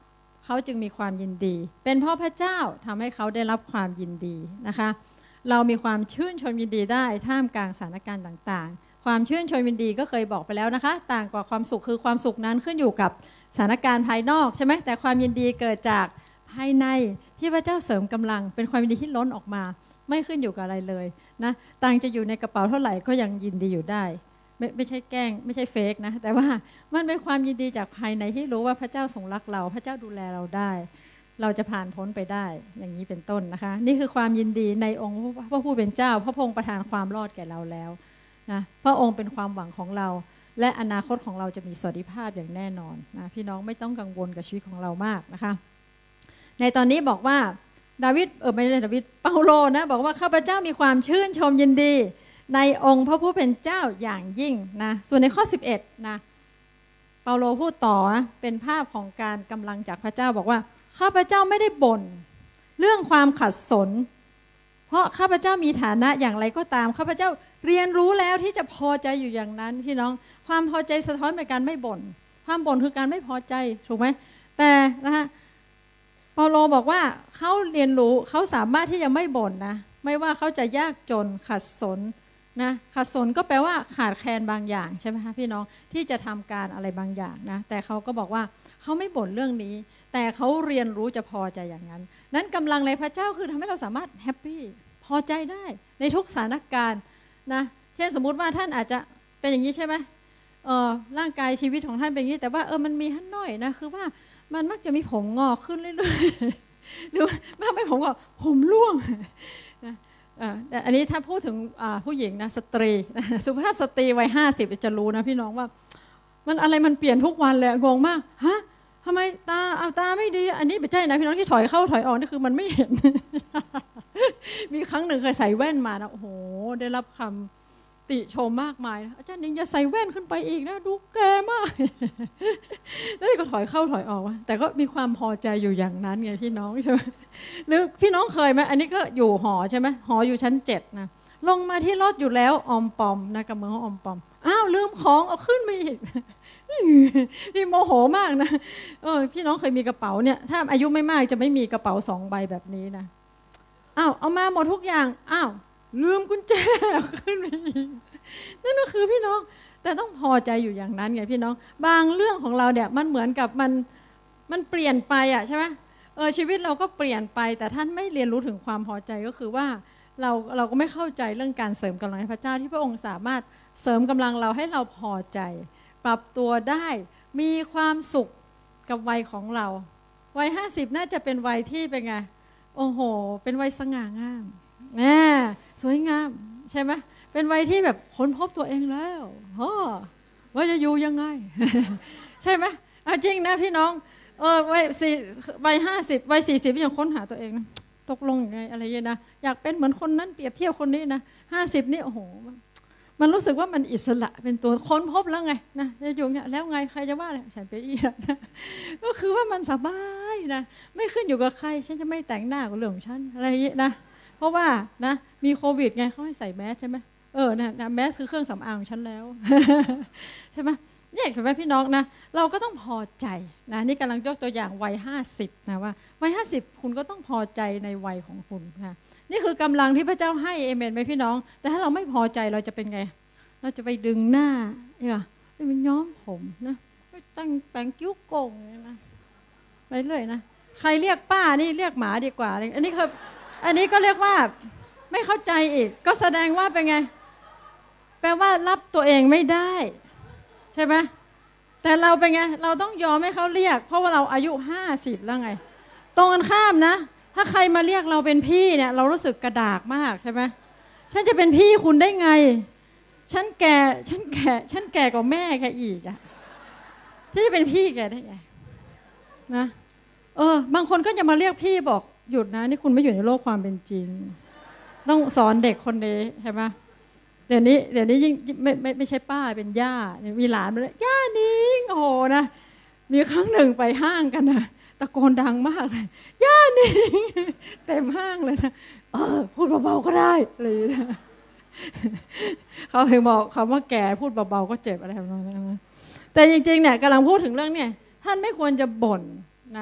เขาจึงมีความยินดีเป็นเพราะพระเจ้าทำให้เขาได้รับความยินดีนะคะเรามีความชื่นชมยินดีได้ท่ามกลางสถานการณ์ต่างๆความชื่นชมยินดีก็เคยบอกไปแล้วนะคะต่างกว่าความสุขคือความสุขนั้นขึ้นอยู่กับสถานการณ์ภายนอกใช่ไหมแต่ความยินดีเกิดจากภายในที่พระเจ้าเสริมกำลังเป็นความยินดีที่ล้นออกมาไม่ขึ้นอยู่กับอะไรเลยนะตังจะอยู่ในกระเป๋าเท่าไหร่ก็ยังยินดีอยู่ได้ไม่ไม่ใช่แกล้งไม่ใช่เฟกนะแต่ว่ามันเป็นความยินดีจากภายในที่รู้ว่าพระเจ้าทรงรักเราพระเจ้าดูแลเราได้เราจะผ่านพ้นไปได้อย่างนี้เป็นต้นนะคะนี่คือความยินดีในองค์พระผู้เป็นเจ้าพระองค์ประทานความรอดแก่เราแล้วนะพระองค์เป็นความหวังของเราและอนาคตของเราจะมีสวัสดิภาพอย่างแน่นอนนะพี่น้องไม่ต้องกังวลกับชีวิตของเรามากนะคะในตอนนี้บอกว่าดาวิดเออไม่ใช่ดาวิดเปาโลนะบอกว่าข้าพเจ้ามีความชื่นชมยินดีในองค์พระผู้เป็นเจ้าอย่างยิ่งนะส่วนในข้อสิบเอ็ดนะเปาโลพูดต่อเป็นภาพของการกำลังจากพระเจ้าบอกว่าข้าพเจ้าไม่ได้บ่นเรื่องความขัดสนเพราะข้าพเจ้ามีฐานะอย่างไรก็ตามข้าพเจ้าเรียนรู้แล้วที่จะพอใจอยู่อย่างนั้นพี่น้องความพอใจสะท้อนเป็นการไม่บ่นความบ่นคือการไม่พอใจถูกไหมแต่นะคะเปาโลบอกว่าเขาเรียนรู้เขาสามารถที่จะไม่บ่นนะไม่ว่าเขาจะยากจนขัดสนนะขัดสนก็แปลว่าขาดแคลนบางอย่างใช่ไหมคะพี่น้องที่จะทำการอะไรบางอย่างนะแต่เขาก็บอกว่าเขาไม่บ่นเรื่องนี้แต่เขาเรียนรู้จะพอใจอย่างนั้นนั้นกำลังในพระเจ้าคือทำให้เราสามารถแฮปปี้พอใจได้ในทุกสถานการณ์นะเช่นสมมุติว่าท่านอาจจะเป็นอย่างนี้ใช่ไหมเออร่างกายชีวิตของท่านเป็นอย่างนี้แต่ว่าเออมันมีท่านน้อยนะคือว่ามันมักจะมีผมงอกขึ้นเรื่อยๆหรือว่าไม่ผมงอกผมร่วงนะแต่อันนี้ถ้าพูดถึงผู้หญิงนะสตรีสุภาพสตรีวัยห้าสิบจะรู้นะพี่น้องว่ามันอะไรมันเปลี่ยนทุกวันเลยงงมากฮะทำไมตาเอาตาไม่ดีอันนี้ไม่ใช่นะพี่น้องที่ถอยเข้าถอยออกนี่คือมันไม่เห็น มีครั้งหนึ่งเคยใส่แว่นมานะโอ้โหได้รับคำติชมมากมายนะอาจารย์นิงจะใส่แว่นขึ้นไปอีกนะดูแก่มาก แล้วก็ถอยเข้าถอยออกแต่ก็มีความพอใจอยู่อย่างนั้นไงพี่น้องใช่ไหมหรือพี่น้องเคยไหมอันนี้ก็อยู่หอใช่ไหมหออยู่ชั้นเจ็ดนะลงมาที่รถอยู่แล้วออมปอมนะกับเมืองออมปอมอ้าวลืมของเอาขึ้นมาอีกนี่โมโหมากนะเออพี่น้องเคยมีกระเป๋าเนี่ยถ้าอายุไม่มากจะไม่มีกระเป๋าสองใบแบบนี้นะอ้าวเอามาหมดทุกอย่างอ้าวลืมกุญแจขึ้นมาอีกนั่นก็คือพี่น้องแต่ต้องพอใจอยู่อย่างนั้นไงพี่น้องบางเรื่องของเราเนี่ยมันเหมือนกับมันมันเปลี่ยนไปอ่ะใช่ไหมเออชีวิตเราก็เปลี่ยนไปแต่ท่านไม่เรียนรู้ถึงความพอใจก็คือว่าเราเราก็ไม่เข้าใจเรื่องการเสริมกำลังให้พระเจ้าที่พระองค์สามารถเสริมกำลังเราให้เราพอใจปรับตัวได้มีความสุขกับวัยของเราวัยห้าสิบน่าจะเป็นวัยที่เป็นไงโอ้โหเป็นวัยสง่างามแน่สวยงามใช่ไหมเป็นวัยที่แบบค้นพบตัวเองแล้วว่าจะอยู่ยังไง ใช่ไหมจริงนะพี่น้องเออวัยสี่วัยห้าสิบวัยสี่สิบยังค้นหาตัวเองนะตกลงยังไงอะไรอย่างนี้นะอยากเป็นเหมือนคนนั้นเปรียบเทียบคนนี้นะห้าสิบนี่โอ้โหมันรู้สึกว่ามันอิสระเป็นตัวค้นพบแล้วไงนะจะอยู่เนี่ยแล้วไงใครจะว่าอะไรฉันไปอีกนะก็คือว่ามันสบายนะไม่ขึ้นอยู่กับใครฉันจะไม่แต่งหน้ากับเรื่องของฉันอะไรอย่างนี้นะเพราะว่านะมีโควิดไงเขาให้ใส่แมสใช่ไหมเออนะแมสคือเครื่องสำอางของฉันแล้ว ใช่ไหมเนี่ยเห็นไหมพี่น้องนะเราก็ต้องพอใจนะนี่กำลังยกตัวอย่างวัยห้าสิบนะว่าวัยห้าสิบคุณก็ต้องพอใจในวัยของคุณนะนี่คือกำลังที่พระเจ้าให้เอเมนไหมพี่น้องแต่ถ้าเราไม่พอใจเราจะเป็นไงเราจะไปดึงหน้าเนี่ยไปย้อมผมนะไปตั้งแปรงกิ้วโก่งนะไปเรื่อยนะใครเรียกป้านี่เรียกหมาดีกว่าอันนี้คืออันนี้ก็เรียกว่าไม่เข้าใจอีกก็แสดงว่าเป็นไงแปลว่ารับตัวเองไม่ได้ใช่ไหมแต่เราเป็นไงเราต้องยอมให้เขาเรียกเพราะว่าเราอายุห้าสิบแล้วไงตรงกันข้ามนะถ้าใครมาเรียกเราเป็นพี่เนี่ยเรารู้สึกกระดากมากใช่ไหมฉันจะเป็นพี่คุณได้ไงฉันแก่ฉันแก่ฉันแก่กว่าแม่แกอีกอะฉันจะเป็นพี่แกได้ไงนะเออบางคนก็จะมาเรียกพี่บอกหยุดนะนี่คุณไม่อยู่ในโลกความเป็นจริงต้องสอนเด็กคนนี้ใช่ไหมเดี๋ยวนี้เดี๋ยวนี้ยิ่งไม่ไม่ไม่ใช่ป้าเป็นย่ามีหลานมาเลยย่านิ้งโอ้โหนะมีครั้งหนึ่งไปห้างกันนะตะโกนดังมากเลยย่านิ้งเต็มห้างเลยนะเออพูดเบาๆก็ได้เลยนะเขาถึงบอกคำว่าแก่พูดเบาๆก็เจ็บอะไรแบบนั้นแต่จริงๆเนี่ยกำลังพูดถึงเรื่องเนี่ยท่านไม่ควรจะบ่นนะ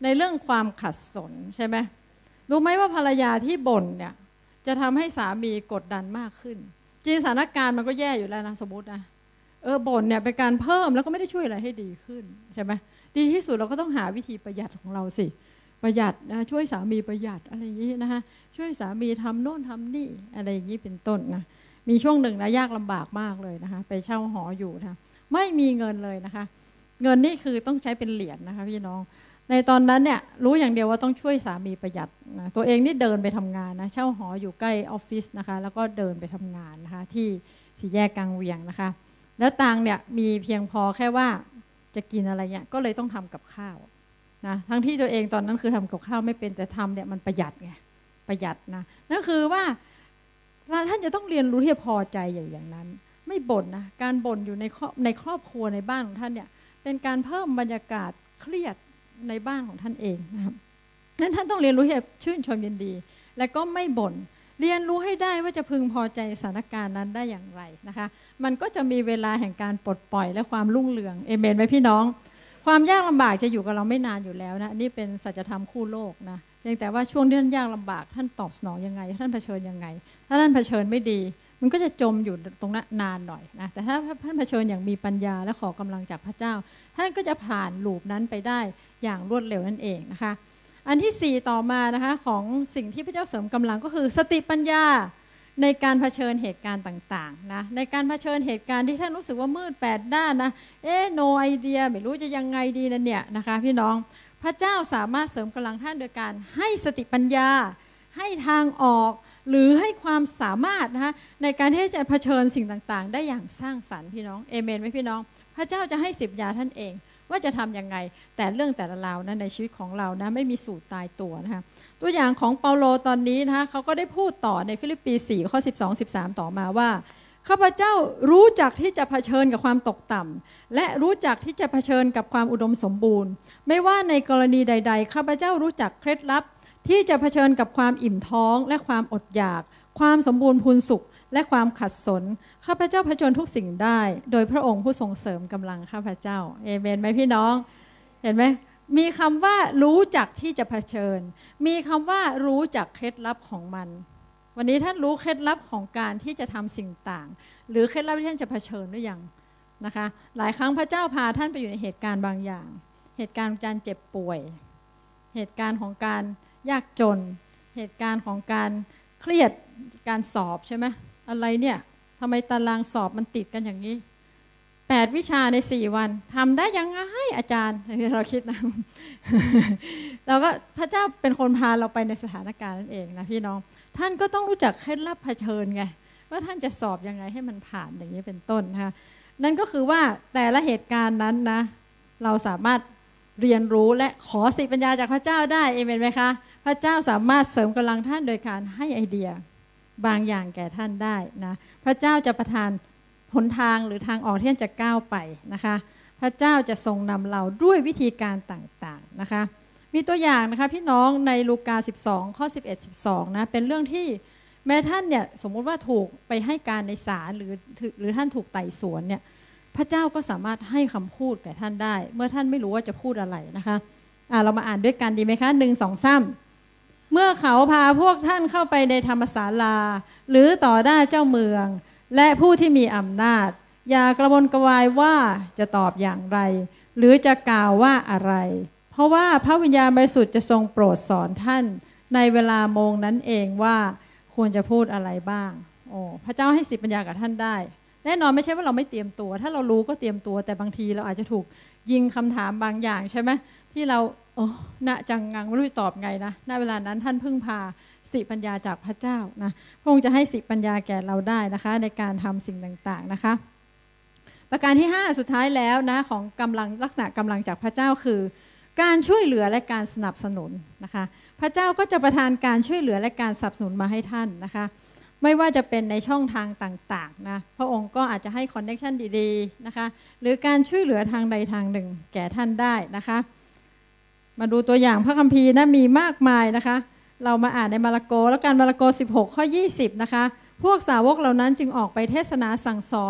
ในเรื่องความขัดสนใช่ไหมรู้ไหมว่าภรรยาที่บ่นเนี่ยจะทำให้สามีกดดันมากขึ้นจริงสถานการณ์มันก็แย่อยู่แล้วนะสมมตินะเออบ่นเนี่ยเป็นการเพิ่มแล้วก็ไม่ได้ช่วยอะไรให้ดีขึ้นใช่ไหมดีที่สุดเราก็ต้องหาวิธีประหยัดของเราสิประหยัดนะช่วยสามีประหยัดอะไรอย่างนี้นะคะช่วยสามีทำโน่นทำนี่อะไรอย่างนี้เป็นต้นนะมีช่วงหนึ่งนะยากลำบากมากเลยนะคะไปเช่าหออยู่นะไม่มีเงินเลยนะคะเงินนี่คือต้องใช้เป็นเหรียญ นะคะพี่น้องในตอนนั้นเนี่ยรู้อย่างเดียวว่าต้องช่วยสามีประหยัดนะตัวเองนี่เดินไปทำงานนะเช่าหออยู่ใกล้ออฟฟิศนะคะแล้วก็เดินไปทำงานนะคะที่สี่แยกกลางเวียงนะคะแล้วตังเนี่ยมีเพียงพอแค่ว่าจะกินอะไรเงี้ยก็เลยต้องทำกับข้าวนะทั้งที่ตัวเองตอนนั้นคือทำกับข้าวไม่เป็นแต่ทำเนี่ยมันประหยัดไงประหยัดนะนั่นคือว่าท่านจะต้องเรียนรู้ที่จะพอใจอย่างนั้นไม่บ่นนะการบ่นอยู่ในในครอบครัวในบ้านของท่านเนี่ยเป็นการเพิ่มบรรยากาศเครียดในบ้านของท่านเองนะครับนั้นท่านต้องเรียนรู้ที่จะชื่นชมยินดีและก็ไม่บ่นเรียนรู้ให้ได้ว่าจะพึงพอใจสถานการณ์นั้นได้อย่างไรนะคะมันก็จะมีเวลาแห่งการปลดปล่อยและความรุ่งเรืองเอเมนไหมพี่น้องความยากลำบากจะอยู่กับเราไม่นานอยู่แล้วนะนี่เป็นสัจธรรมคู่โลกนะเพียงแต่ว่าช่วงที่ท่านยากลำบากท่านตอบสนองยังไงท่านเผชิญยังไงถ้าท่านเผชิญไม่ดีมันก็จะจมอยู่ตรงนั้นนานหน่อยนะแต่ถ้าท่านเผชิญอย่างมีปัญญาและขอกำลังจากพระเจ้าท่านก็จะผ่านลูปนั้นไปได้อย่างรวดเร็วนั่นเองนะคะอันที่สี่ต่อมานะคะของสิ่งที่พระเจ้าเสริมกำลังก็คือสติปัญญาในการเผชิญเหตุการณ์ต่างๆนะในการเผชิญเหตุการณ์ที่ท่านรู้สึกว่ามืดแปดด้านนะเอ๊ะ no idea ไม่รู้จะยังไงดีนะเนี่ยนะคะพี่น้องพระเจ้าสามารถเสริมกำลังท่านโดยการให้สติปัญญาให้ทางออกหรือให้ความสามารถนะคะในการที่จะเผชิญสิ่งต่างๆได้อย่างสร้างสรรค์พี่น้องเอเมนไหมพี่น้องพระเจ้าจะให้สิบยาท่านเองว่าจะทำยังไงแต่เรื่องแต่ละราวนะในชีวิตของเรานะไม่มีสูตรตายตัวนะคะตัวอย่างของเปาโลตอนนี้นะคะเขาก็ได้พูดต่อในฟิลิปปีสี่ข้อสิบสอง สิบสามต่อมาว่าข้าพเจ้ารู้จักที่จะเผชิญกับความตกต่ำและรู้จักที่จะเผชิญกับความอุดมสมบูรณ์ไม่ว่าในกรณีใดๆข้าพเจ้ารู้จักเคล็ดลับที่จะเผชิญกับความอิ่มท้องและความอดอยากความสมบูรณ์พูนสุขและความขัดสนข้าพเจ้าเผชิญทุกสิ่งได้โดยพระองค์ผู้ทรงเสริมกำลังข้าพเจ้าเอเมนไหมพี่น้องเห็นไหมมีคำว่ารู้จักที่จะเผชิญมีคำว่ารู้จักเคล็ดลับของมันวันนี้ท่านรู้เคล็ดลับของการที่จะทำสิ่งต่างหรือเคล็ดลับที่ท่านจะเผชิญหรือยังนะคะหลายครั้งพระเจ้าพาท่านไปอยู่ในเหตุการณ์บางอย่างเหตุการณ์การเจ็บป่วยเหตุการณ์ของการยากจนเหตุการณ์ของการเครียดการสอบใช่ไหมอะไรเนี่ยทำไมตารางสอบมันติดกันอย่างนี้แปดวิชาในสี่วันทำได้ยังไงอาจารย์เราคิดนะ เราก็พระเจ้าเป็นคนพาเราไปในสถานการณ์นั่นเองนะพี่น้องท่านก็ต้องรู้จักเคล็ดลับเผชิญไงว่าท่านจะสอบยังไงให้มันผ่านอย่างนี้เป็นต้นนะคะนั่นก็คือว่าแต่ละเหตุการณ์นั้นนะเราสามารถเรียนรู้และขอสติปัญญาจากพระเจ้าได้เอเมนไหมคะพระเจ้าสามารถเสริมกำลังท่านโดยการให้ไอเดียบางอย่างแก่ท่านได้นะพระเจ้าจะประทานหนทางหรือทางออกที่ท่านจะก้าวไปนะคะพระเจ้าจะทรงนำเราด้วยวิธีการต่างๆนะคะมีตัวอย่างนะคะพี่น้องในลูกาสิบสองข้อสิบเอ็ด สิบสองนะเป็นเรื่องที่แม้ท่านเนี่ยสมมุติว่าถูกไปให้การในศาลหรือหรือท่านถูกไต่สวนเนี่ยพระเจ้าก็สามารถให้คำพูดแก่ท่านได้เมื่อท่านไม่รู้ว่าจะพูดอะไรนะคะอ่าเรามาอ่านด้วยกันดีไหมคะหนึ่งสองสามเมื่อเขาพาพวกท่านเข้าไปในธรรมศาลาหรือต่อหน้าเจ้าเมืองและผู้ที่มีอำนาจอย่ากระวนกระวายว่าจะตอบอย่างไรหรือจะกล่าวว่าอะไรเพราะว่าพระวิญญาณบริสุทธิ์จะทรงโปรดสอนท่านในเวลาโมงนั้นเองว่าควรจะพูดอะไรบ้างโอ้พระเจ้าให้สิทธิปัญญากับท่านได้แน่นอนไม่ใช่ว่าเราไม่เตรียมตัวถ้าเรารู้ก็เตรียมตัวแต่บางทีเราอาจจะถูกยิงคำถามบางอย่างใช่ไหมที่เราโอ้ณจังงังไม่รู้จะตอบไงนะณเวลานั้นท่านพึ่งพาสติปัญญาจากพระเจ้านะพระองค์จะให้สติปัญญาแก่เราได้นะคะในการทำสิ่งต่างๆนะคะประการที่ห้าสุดท้ายแล้วนะของกำลังลักษณะกำลังจากพระเจ้าคือการช่วยเหลือและการสนับสนุนนะคะพระเจ้าก็จะประทานการช่วยเหลือและการสนับสนุนมาให้ท่านนะคะไม่ว่าจะเป็นในช่องทางต่างๆนะพระองค์ก็อาจจะให้คอนเนคชั่นดีๆนะคะหรือการช่วยเหลือทางใดทางหนึ่งแก่ท่านได้นะคะมาดูตัวอย่างพระคัมภีร์นะมีมากมายนะคะเรามาอ่านในมาระโกแล้วกันมาระโกสิบหกข้อยี่สิบนะคะพวกสาวกเหล่านั้นจึงออกไปเทศนาสั่งสอน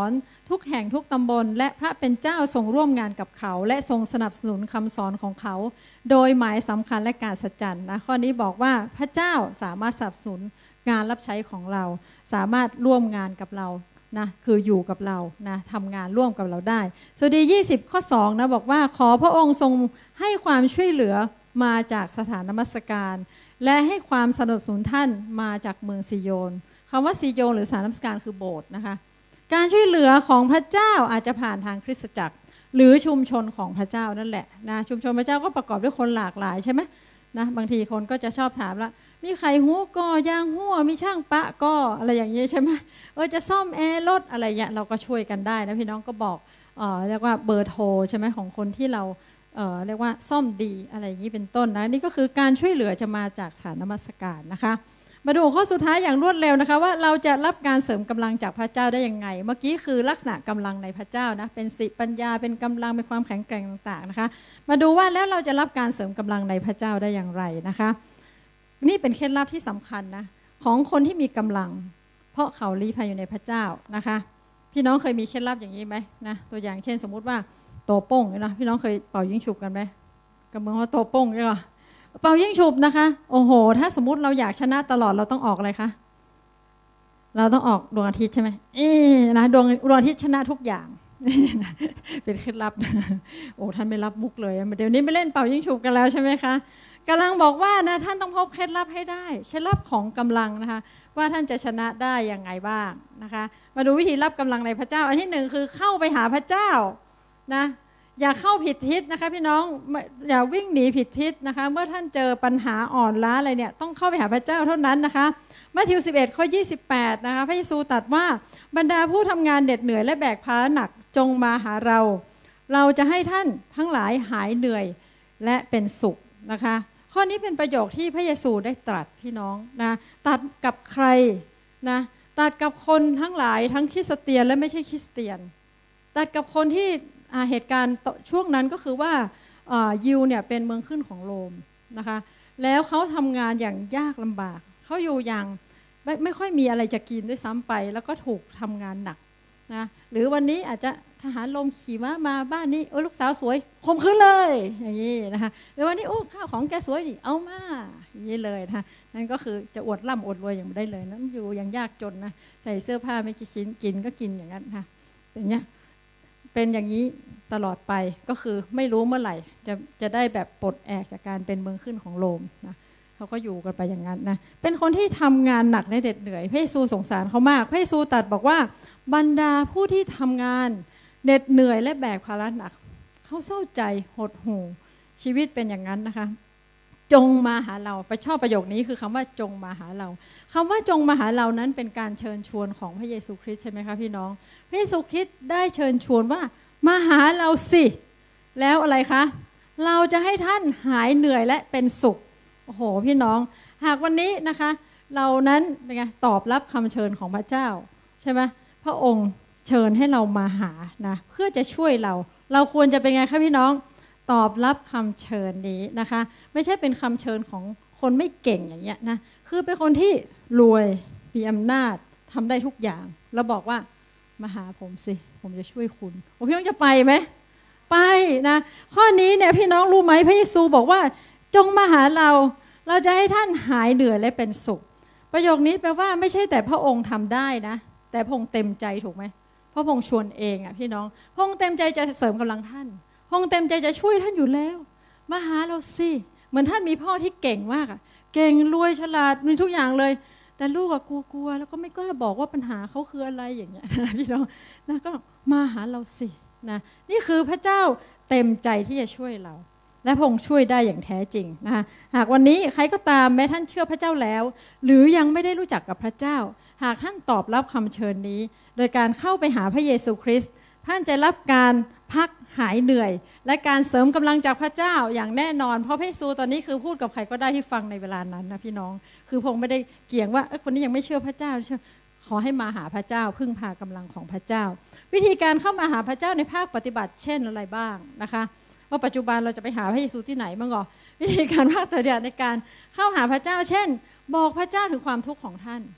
ทุกแห่งทุกตำบลและพระเป็นเจ้าทรงร่วมงานกับเขาและทรงสนับสนุนคำสอนของเขาโดยหมายสำคัญและการสัจจันนะข้อนี้บอกว่าพระเจ้าสามารถสนับสนุนงานรับใช้ของเราสามารถร่วมงานกับเรานะคืออยู่กับเรานะทำงานร่วมกับเราได้สดุดียี่สิบข้อสองนะบอกว่าขอพระองค์ทรงให้ความช่วยเหลือมาจากสถานนมัสการและให้ความสนับสนุนท่านมาจากเมืองซิโยนคำว่าซิโยนหรือสถานนมัสการคือโบสถ์นะคะการช่วยเหลือของพระเจ้าอาจจะผ่านทางคริสตจักรหรือชุมชนของพระเจ้านั่นแหละนะชุมชนพระเจ้าก็ประกอบด้วยคนหลากหลายใช่ไหมนะบางทีคนก็จะชอบถามละมีใครหัวก่อยางหัวมีช่างปะก็อะไรอย่างนี้ใช่ไหมเออจะซ่อมแอร์รถอะไรเงี้ยเราก็ช่วยกันได้นะพี่น้องก็บอกเออเรียกว่าเบอร์โทรใช่ไหมของคนที่เราเออเรียกว่าซ่อมดีอะไรอย่างนี้เป็นต้นนะนี่ก็คือการช่วยเหลือจะมาจากสถานนมัสการนะคะมาดูข้อสุดท้ายอย่างรวดเร็วนะคะว่าเราจะรับการเสริมกำลังจากพระเจ้าได้ยังไงเมื่อกี้คือลักษณะกำลังในพระเจ้านะเป็นสติปัญญาเป็นกำลังเป็นความแข็งแกร่งต่างๆนะคะมาดูว่าแล้วเราจะรับการเสริมกำลังในพระเจ้าได้อย่างไรนะคะนี่เป็นเคล็ดลับที่สำคัญนะของคนที่มีกำลังเพราะเขาลี้ภัยอยู่ในพระเจ้านะคะพี่น้องเคยมีเคล็ดลับอย่างนี้ไหมนะตัวอย่างเช่นสมมุติว่าโตโป้งนะพี่น้องเคยเป่ายิงฉุบกันไหมกับเมืองว่าโตโป้งใช่ไหมเป่ายิงฉุบนะคะโอ้โหถ้าสมมุติเราอยากชนะตลอดเราต้องออกอะไรคะเราต้องออกดวงอาทิตย์ใช่ไหมเอ๊นะดวงดวงอาทิตย์ชนะทุกอย่างเป็นเคล็ดลับโอ้ท่านไม่รับมุกเลยเดี๋ยวนี้ไม่เล่นเป่ายิงฉุบกันแล้วใช่ไหมคะกำลังบอกว่านะท่านต้องพบเคล็ดลับให้ได้เคล็ดลับของกำลังนะคะว่าท่านจะชนะได้ยังไงบ้างนะคะมาดูวิธีรับกำลังในพระเจ้าอันที่หนึ่งคือเข้าไปหาพระเจ้านะอย่าเข้าผิดทิศนะคะพี่น้องอย่าวิ่งหนีผิดทิศนะคะเมื่อท่านเจอปัญหาอ่อนล้าอะไรเนี่ยต้องเข้าไปหาพระเจ้าเท่านั้นนะคะมัทธิวสิบเอ็ดข้อยี่สิบแปดนะคะพระเยซูตรัสว่าบรรดาผู้ทำงานเหน็ดเหนื่อยและแบกภาระหนักจงมาหาเราเราจะให้ท่านทั้งหลายหายเหนื่อยและเป็นสุขนะคะข้อนี้เป็นประโยคที่พระเยซูได้ตรัสพี่น้องนะตรัสกับใครนะตรัสกับคนทั้งหลายทั้งคริสเตียนและไม่ใช่คริสเตียนตรัสกับคนที่เหตุการณ์ช่วงนั้นก็คือว่ายิวเนี่ยเป็นเมืองขึ้นของโรมนะคะแล้วเขาทำงานอย่างยากลำบากเขาอยู่อย่างไม่ไม่ค่อยมีอะไรจะกินด้วยซ้ำไปแล้วก็ถูกทำงานหนักนะหรือวันนี้อาจจะทหารลมขี่ม้ามาบ้านนี้โอ้ลูกสาวสวยข่มขืนเลยอย่างนี้นะคะหรือวันนี้โอ้ข้าวของแกสวยดิเอามาอย่างนี้เลยนะคะนั่นก็คือจะอวดร่ำอวดรวยอย่างไม่ได้เลยนั้นอยู่อย่างยากจนนะใส่เสื้อผ้าไม่กี่ชิ้นกินก็กินอย่างนั้นนะอย่างเงี้ยเป็นอย่างนี้ตลอดไปก็คือไม่รู้เมื่อไหร่จะจะได้แบบปลดแอกจากการเป็นเมืองขึ้นของโรมนะเขาก็อยู่กันไปอย่างนั้นนะเป็นคนที่ทำงานหนักและเหน็ดเหนื่อยพระเยซูสงสารเขามากพระเยซูตรัสบอกว่าบรรดาผู้ที่ทำงานเหน็ดเหนื่อยและแบกภาระหนักเขาเศร้าใจหดหู่ชีวิตเป็นอย่างนั้นนะคะจงมาหาเราไปชอบประโยคนี้คือคำว่าจงมาหาเราคำว่าจงมาหาเรานั้นเป็นการเชิญชวนของพระเยซูคริสต์ใช่ไหมคะพี่น้องพระเยซูคริสต์ได้เชิญชวนว่ามาหาเราสิแล้วอะไรคะเราจะให้ท่านหายเหนื่อยและเป็นสุขโอ้โหพี่น้องหากวันนี้นะคะเรานั้นเป็นไงตอบรับคำเชิญของพระเจ้าใช่ไหมพระองค์เชิญให้เรามาหานะเพื่อจะช่วยเราเราควรจะเป็นไงคะพี่น้องตอบรับคำเชิญนี้นะคะไม่ใช่เป็นคำเชิญของคนไม่เก่งอย่างเงี้ยนะคือเป็นคนที่รวยมีอำนาจทำได้ทุกอย่างแล้วบอกว่ามาหาผมสิผมจะช่วยคุณโอ้พี่น้องจะไปไหมไปนะข้อนี้เนี่ยพี่น้องรู้ไหมพระเยซูบอกว่าจงมาหาเราเราจะให้ท่านหายเหนื่อยและเป็นสุขประโยคนี้แปลว่าไม่ใช่แต่พระองค์ทำได้นะแต่พระองค์เต็มใจถูกไหมพระองค์ชวนเองอ่ะพี่น้องพระองค์เต็มใจจะเสริมกำลังท่านพระองค์เต็มใจจะช่วยท่านอยู่แล้วมาหาเราสิเหมือนท่านมีพ่อที่เก่งมากอ่ะเก่งรวยฉลาดมีทุกอย่างเลยแต่ลูกอะกลัวๆแล้วก็ไม่กล้าบอกว่าปัญหาเขาคืออะไรอย่างเงี้ยพี่น้องนะก็มาหาเราสินะนี่คือพระเจ้าเต็มใจที่จะช่วยเราและพระองค์ช่วยได้อย่างแท้จริงนะคะหากวันนี้ใครก็ตามแม้ท่านเชื่อพระเจ้าแล้วหรือยังไม่ได้รู้จักกับพระเจ้าหากท่านตอบรับคำเชิญนี้โดยการเข้าไปหาพระเยซูคริสต์ท่านจะรับการพักหายเหนื่อยและการเสริมกำลังจากพระเจ้าอย่างแน่นอนเพราะพระเยซูตอนนี้คือพูดกับใครก็ได้ที่ฟังในเวลานั้นนะพี่น้องคือพระองค์ไม่ได้เกี่ยงว่าคนนี้ยังไม่เชื่อพระเจ้าเชื่อขอให้มาหาพระเจ้าพึ่งพากำลังของพระเจ้าวิธีการเข้ามาหาพระเจ้าในภาคปฏิบัติเช่นอะไรบ้างนะคะว่าปัจจุบันเราจะไปหาพระเยซูที่ไหนบ้างก่อวิธีการภาคปฏิบัติในการเข้าหาพระเจ้าเช่นบอกพระเจ้าถึงความทุกข์ของท่านว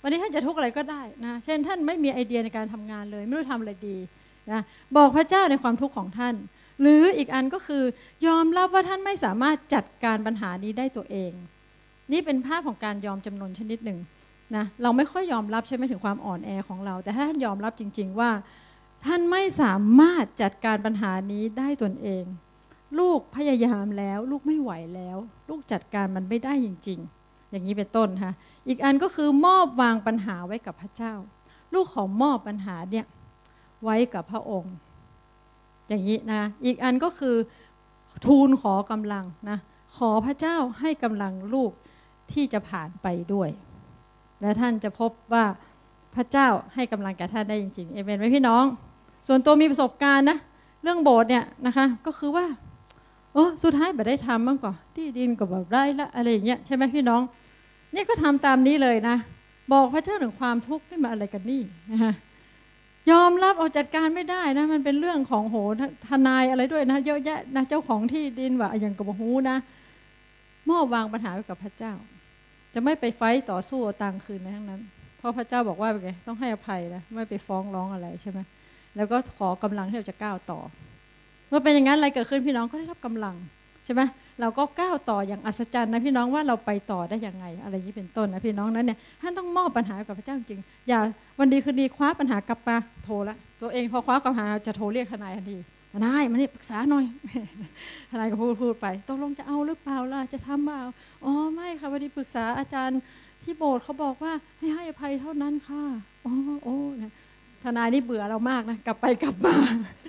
วันนี้ท่านจะทุกข์อะไรก็ได้นะเช่นท่านไม่มีไอเดียในการทำงานเลยไม่รู้ทำอะไรดีนะบอกพระเจ้าในความทุกข์ของท่านหรืออีกอันก็คือยอมรับว่าท่านไม่สามารถจัดการปัญหานี้ได้ตัวเองนี่เป็นภาพของการยอมจำนนชนิดหนึ่งนะเราไม่ค่อยยอมรับใช่ไหมถึงความอ่อนแอของเราแต่ถ้าท่านยอมรับจริงๆว่าท่านไม่สามารถจัดการปัญหานี้ได้ตนเองลูกพยายามแล้วลูกไม่ไหวแล้วลูกจัดการมันไม่ได้จริงๆอย่างนี้เป็นต้นค่ะอีกอันก็คือมอบวางปัญหาไว้กับพระเจ้าลูกขอมอบปัญหาเนี่ยไว้กับพระองค์อย่างนี้นะอีกอันก็คือทูลขอกำลังนะขอพระเจ้าให้กำลังลูกที่จะผ่านไปด้วยและท่านจะพบว่าพระเจ้าให้กำลังแก่ท่านได้จริงๆเอเมนไหมพี่น้องส่วนตัวมีประสบการณ์นะเรื่องโบสถ์เนี่ยนะคะก็คือว่าโอ้สุดท้ายแบบได้ทำบ้างก่อนที่ดินก็แบบได้ละอะไรอย่างเงี้ยใช่ไหมพี่น้องเนี่ยก็ทำตามนี้เลยนะบอกพระเจ้าถึงความทุกข์นี่มาอะไรกันนี่นะคะยอมรับเอาจัดการไม่ได้นะมันเป็นเรื่องของโหทนายอะไรด้วยนะเยอะแยะนะเจ้าของที่ดินว่าอย่างกบหูนะมอบวางปัญหาไว้กับพระเจ้าจะไม่ไปไฟต์ต่อสู้เอาตังคืนในทั้งนั้นเพราะพระเจ้าบอกว่าเป็นไงต้องให้อภัยนะไม่ไปฟ้องร้องอะไรใช่ไหมแล้วก็ขอกำลังที่เราจะก้าวต่อเมื่อเป็นอย่างนั้นอะไรเกิดขึ้นพี่น้องก็ได้รับกำลังใช่ไหมเราก็ก้าวต่ออย่างอัศจรรย์นะพี่น้องว่าเราไปต่อได้ยังไงอะไรอย่างนี้เป็นต้นนะพี่น้องนั้นเนี่ยท่านต้องมอบปัญหากับพระเจ้าจริงอย่าวันดีคืนดีคว้าปัญหากลับมาโทรละตัวเองพอคว้าปัญหาจะโทรเรียกทนายทันทีทนายมานี่ปรึกษาหน่อยทนายก็พูดพูดไปตกลงจะเอาหรือเปล่าล่ะจะทำเปล่าอ๋อไม่ค่ะวันนี้ปรึกษาอาจารย์ที่โบสถ์เขาบอกว่าให้ให้อภัยเท่านั้นค่ะอ๋อโอ้ทนายนี่เบื่อเรามากนะกลับไปกลับมา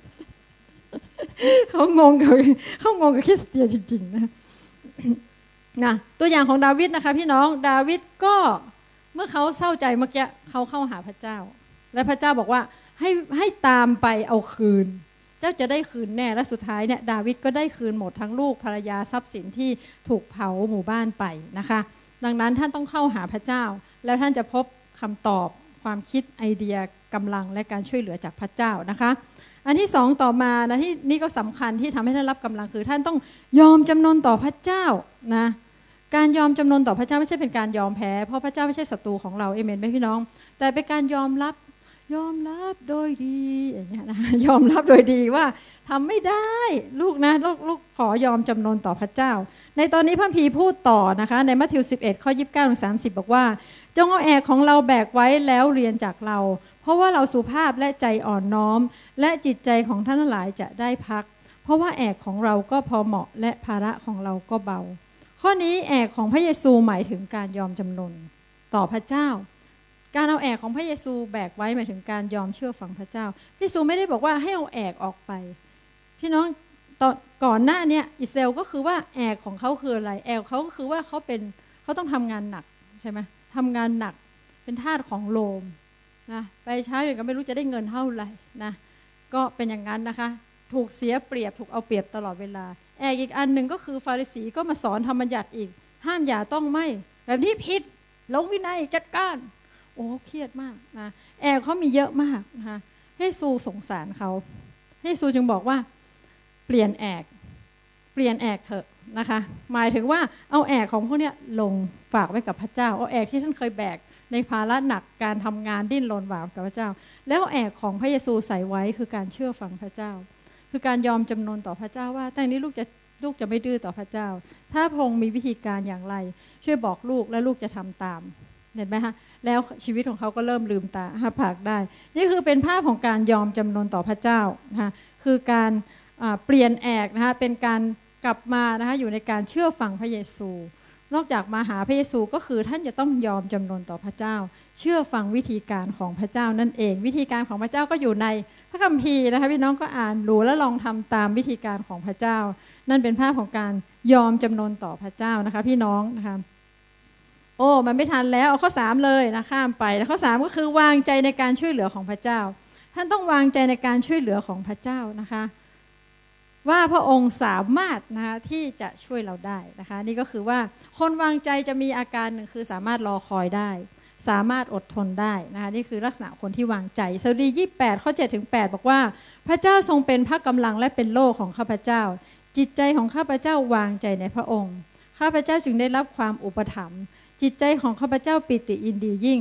เขางงกับเขางงกับคริสเตียนจริงๆนะนะตัวอย่างของดาวิดนะคะพี่น้องดาวิดก็เมื่อเขาเศร้าใจเมื่อกี้เขาเข้าหาพระเจ้าและพระเจ้าบอกว่าให้ให้ตามไปเอาคืนเจ้าจะได้คืนแน่และสุดท้ายเนี่ยดาวิดก็ได้คืนหมดทั้งลูกภรรยาทรัพย์สินที่ถูกเผาหมู่บ้านไปนะคะดังนั้นท่านต้องเข้าหาพระเจ้าแล้วท่านจะพบคำตอบความคิดไอเดียกำลังและการช่วยเหลือจากพระเจ้านะคะอันที่สองต่อมานะที่นี่ก็สำคัญที่ทำให้ท่านรับกำลังคือท่านต้องยอมจำนนต่อพระเจ้านะการยอมจำนนต่อพระเจ้าไม่ใช่เป็นการยอมแพ้เพราะพระเจ้าไม่ใช่ศัตรูของเราเอเมนไหมพี่น้องแต่เป็นการยอมรับยอมรับโดยดีอย่างเงี้ยนะยอมรับโดยดีว่าทำไม่ได้ลูกนะลูกลูกขอยอมจำนนต่อพระเจ้าในตอนนี้พระคัมภีร์พูดต่อนะคะในมัทธิวสิบเอ็ดข้อยี่สิบเก้าถึงสามสิบบอกว่าจงเอาแอกของเราแบกไว้แล้วเรียนจากเราเพราะว่าเราสุภาพและใจอ่อนน้อมและจิตใจของท่านทั้งหลายจะได้พักเพราะว่าแอกของเราก็พอเหมาะและภาระของเราก็เบาข้อนี้แอกของพระเยซูหมายถึงการยอมจำนนต่อพระเจ้าการเอาแอกของพระเยซูแบกไว้หมายถึงการยอมเชื่อฟังพระเจ้าพระเยซูไม่ได้บอกว่าให้เอาแอกออกไปพี่น้องตอนก่อนหน้านี้อิสราเอลก็คือว่าแอกของเขาคืออะไรแอกเขาก็คือว่าเขาเป็นเขาต้องทำงานหนักใช่ไหมทำงานหนักเป็นทาสของโรมนะไปเช้าอย่างก็ไม่รู้จะได้เงินเท่าไหร่นะก็เป็นอย่างนั้นนะคะถูกเสียเปรียบถูกเอาเปรียบตลอดเวลาแอกอีกอันหนึ่งก็คือฟาริสีก็มาสอนธรรมบัญญัติอีกห้ามอย่าต้องไม่แบบนี้ผิดลงวินัยจัดการโอ้เครียดมากนะแอกเขามีเยอะมากนะคะเยซูสงสารเขาเยซูจึงบอกว่าเปลี่ยนแอกเปลี่ยนแอกเถอะนะคะหมายถึงว่าเอาแอกของพวกนี้ลงฝากไว้กับพระเจ้าเอาแอกที่ท่านเคยแบกในภาระหนักการทำงานดิ้นรนหวากับพระเจ้าแล้วแอกของพระเยซูใส่ไว้คือการเชื่อฟังพระเจ้าคือการยอมจำนนต่อพระเจ้าว่าแต่นี้ลูกจะลูกจะไม่ดื้อต่อพระเจ้าถ้าพระองค์มีวิธีการอย่างไรช่วยบอกลูกและลูกจะทำตามเห็นไหมคะแล้วชีวิตของเขาก็เริ่มลืมตาอ้าปากได้นี่คือเป็นภาพของการยอมจำนนต่อพระเจ้านะคะคือการเปลี่ยนแอกนะคะเป็นการกลับมานะคะอยู่ในการเชื่อฟังพระเยซูนอกจากมาหาพระเยซูก็คือท่านจะต้องยอมจำนนต่อพระเจ้าเชื่อฟังวิธีการของพระเจ้านั่นเองวิธีการของพระเจ้าก็อยู่ในพระคัมภีร์นะคะพี่น้องก็อ่านดูแล้วลองทำตามวิธีการของพระเจ้านั่นเป็นภาพของการยอมจำนนต่อพระเจ้านะคะพี่น้องนะคะโอ้มันไม่ทันแล้วเอาข้อสามเลยนะข้ามไปข้อสามก็คือวางใจในการช่วยเหลือของพระเจ้าท่านต้องวางใจในการช่วยเหลือของพระเจ้านะคะว่าพระองค์สามารถนะคะที่จะช่วยเราได้นะคะนี่ก็คือว่าคนวางใจจะมีอาการหนึ่งคือสามารถรอคอยได้สามารถอดทนได้นะคะนี่คือลักษณะคนที่วางใจสดุดียี่สิบแปดข้อเจ็ดถึงแปดบอกว่าพระเจ้าทรงเป็นพระกำลังและเป็นโล่ของข้าพเจ้าจิตใจของข้าพเจ้าวางใจในพระองค์ข้าพเจ้าจึงได้รับความอุปถัมภ์จิตใจของข้าพเจ้าปิติยินดียิ่ง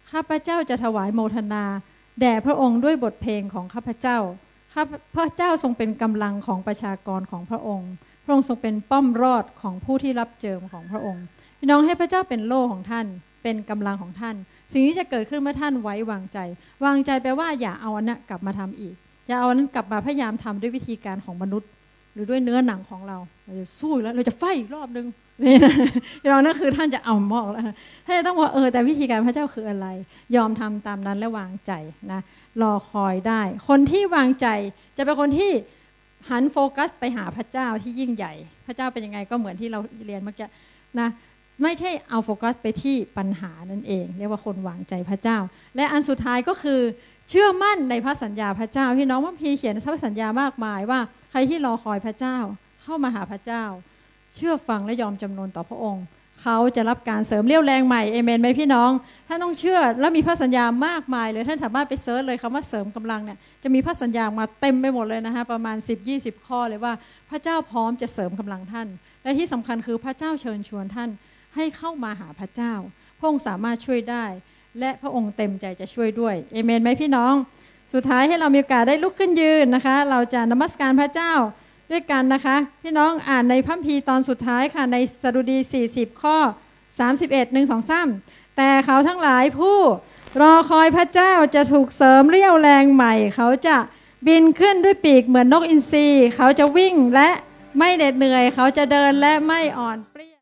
ข้าพเจ้าจะถวายโมทนาแด่พระองค์ด้วยบทเพลงของข้าพเจ้าข้าพระเจ้าทรงเป็นกำลังของประชากรของพระองค์พระองค์ทรงเป็นป้อมรอดของผู้ที่รับเจิมของพระองค์พี่น้องให้พระเจ้าเป็นโล่ของท่านเป็นกำลังของท่านสิ่งที่จะเกิดขึ้นเมื่อท่านไว้วางใจวางใจแปลว่าอย่าเอาอันนั้นกลับมาทำอีกอย่าเอาอันนั้นกลับมาพยายามทำด้วยวิธีการของมนุษย์หรือด้วยเนื้อหนังของเราเราจะสู้แล้วเราจะไฟอีกรอบนึงนี่นะเรานั่นคือท่านจะเอาหมอกแล้วท่านจะต้องว่าเออแต่วิธีการพระเจ้าคืออะไรยอมทำตามนั้นและวางใจนะรอคอยได้คนที่วางใจจะเป็นคนที่หันโฟกัสไปหาพระเจ้าที่ยิ่งใหญ่พระเจ้าเป็นยังไงก็เหมือนที่เราเรียนเมื่อกี้นะไม่ใช่เอาโฟกัสไปที่ปัญหานั่นเองเรียกว่าคนวางใจพระเจ้าและอันสุดท้ายก็คือเชื่อมั่นในพระสัญญาพระเจ้าพี่น้องว่าพีเขียนพระสัญญามากมายว่าใครที่รอคอยพระเจ้าเข้ามาหาพระเจ้าเชื่อฟังและยอมจำนนต่อพระองค์เขาจะรับการเสริมเรี่ยวแรงใหม่เอเมนไหมพี่น้องท่านต้องเชื่อและมีพระสัญญามากมายเลยท่านสามารถไปเซิร์ชเลยคำว่าเสริมกำลังเนี่ยจะมีพระสัญญามาเต็มไปหมดเลยนะคะประมาณ สิบ ยี่สิบ ข้อเลยว่าพระเจ้าพร้อมจะเสริมกำลังท่านและที่สำคัญคือพระเจ้าเชิญชวนท่านให้เข้ามาหาพระเจ้าพระองค์สามารถช่วยได้และพระองค์เต็มใจจะช่วยด้วยเอเมนไหมพี่น้องสุดท้ายให้เรามีโอกาสได้ลุกขึ้นยืนนะคะเราจะนมัสการพระเจ้าด้วยกันนะคะพี่น้องอ่านในพระคัมภีร์ตอนสุดท้ายค่ะในสดุดีสี่สิบข้อสามสิบเอ็ด หนึ่ง สอง สามแต่เขาทั้งหลายผู้รอคอยพระเจ้าจะถูกเสริมเรี่ยวแรงใหม่เขาจะบินขึ้นด้วยปีกเหมือนนกอินทรีเขาจะวิ่งและไม่เหน็ดเหนื่อยเขาจะเดินและไม่อ่อนเปลี้ย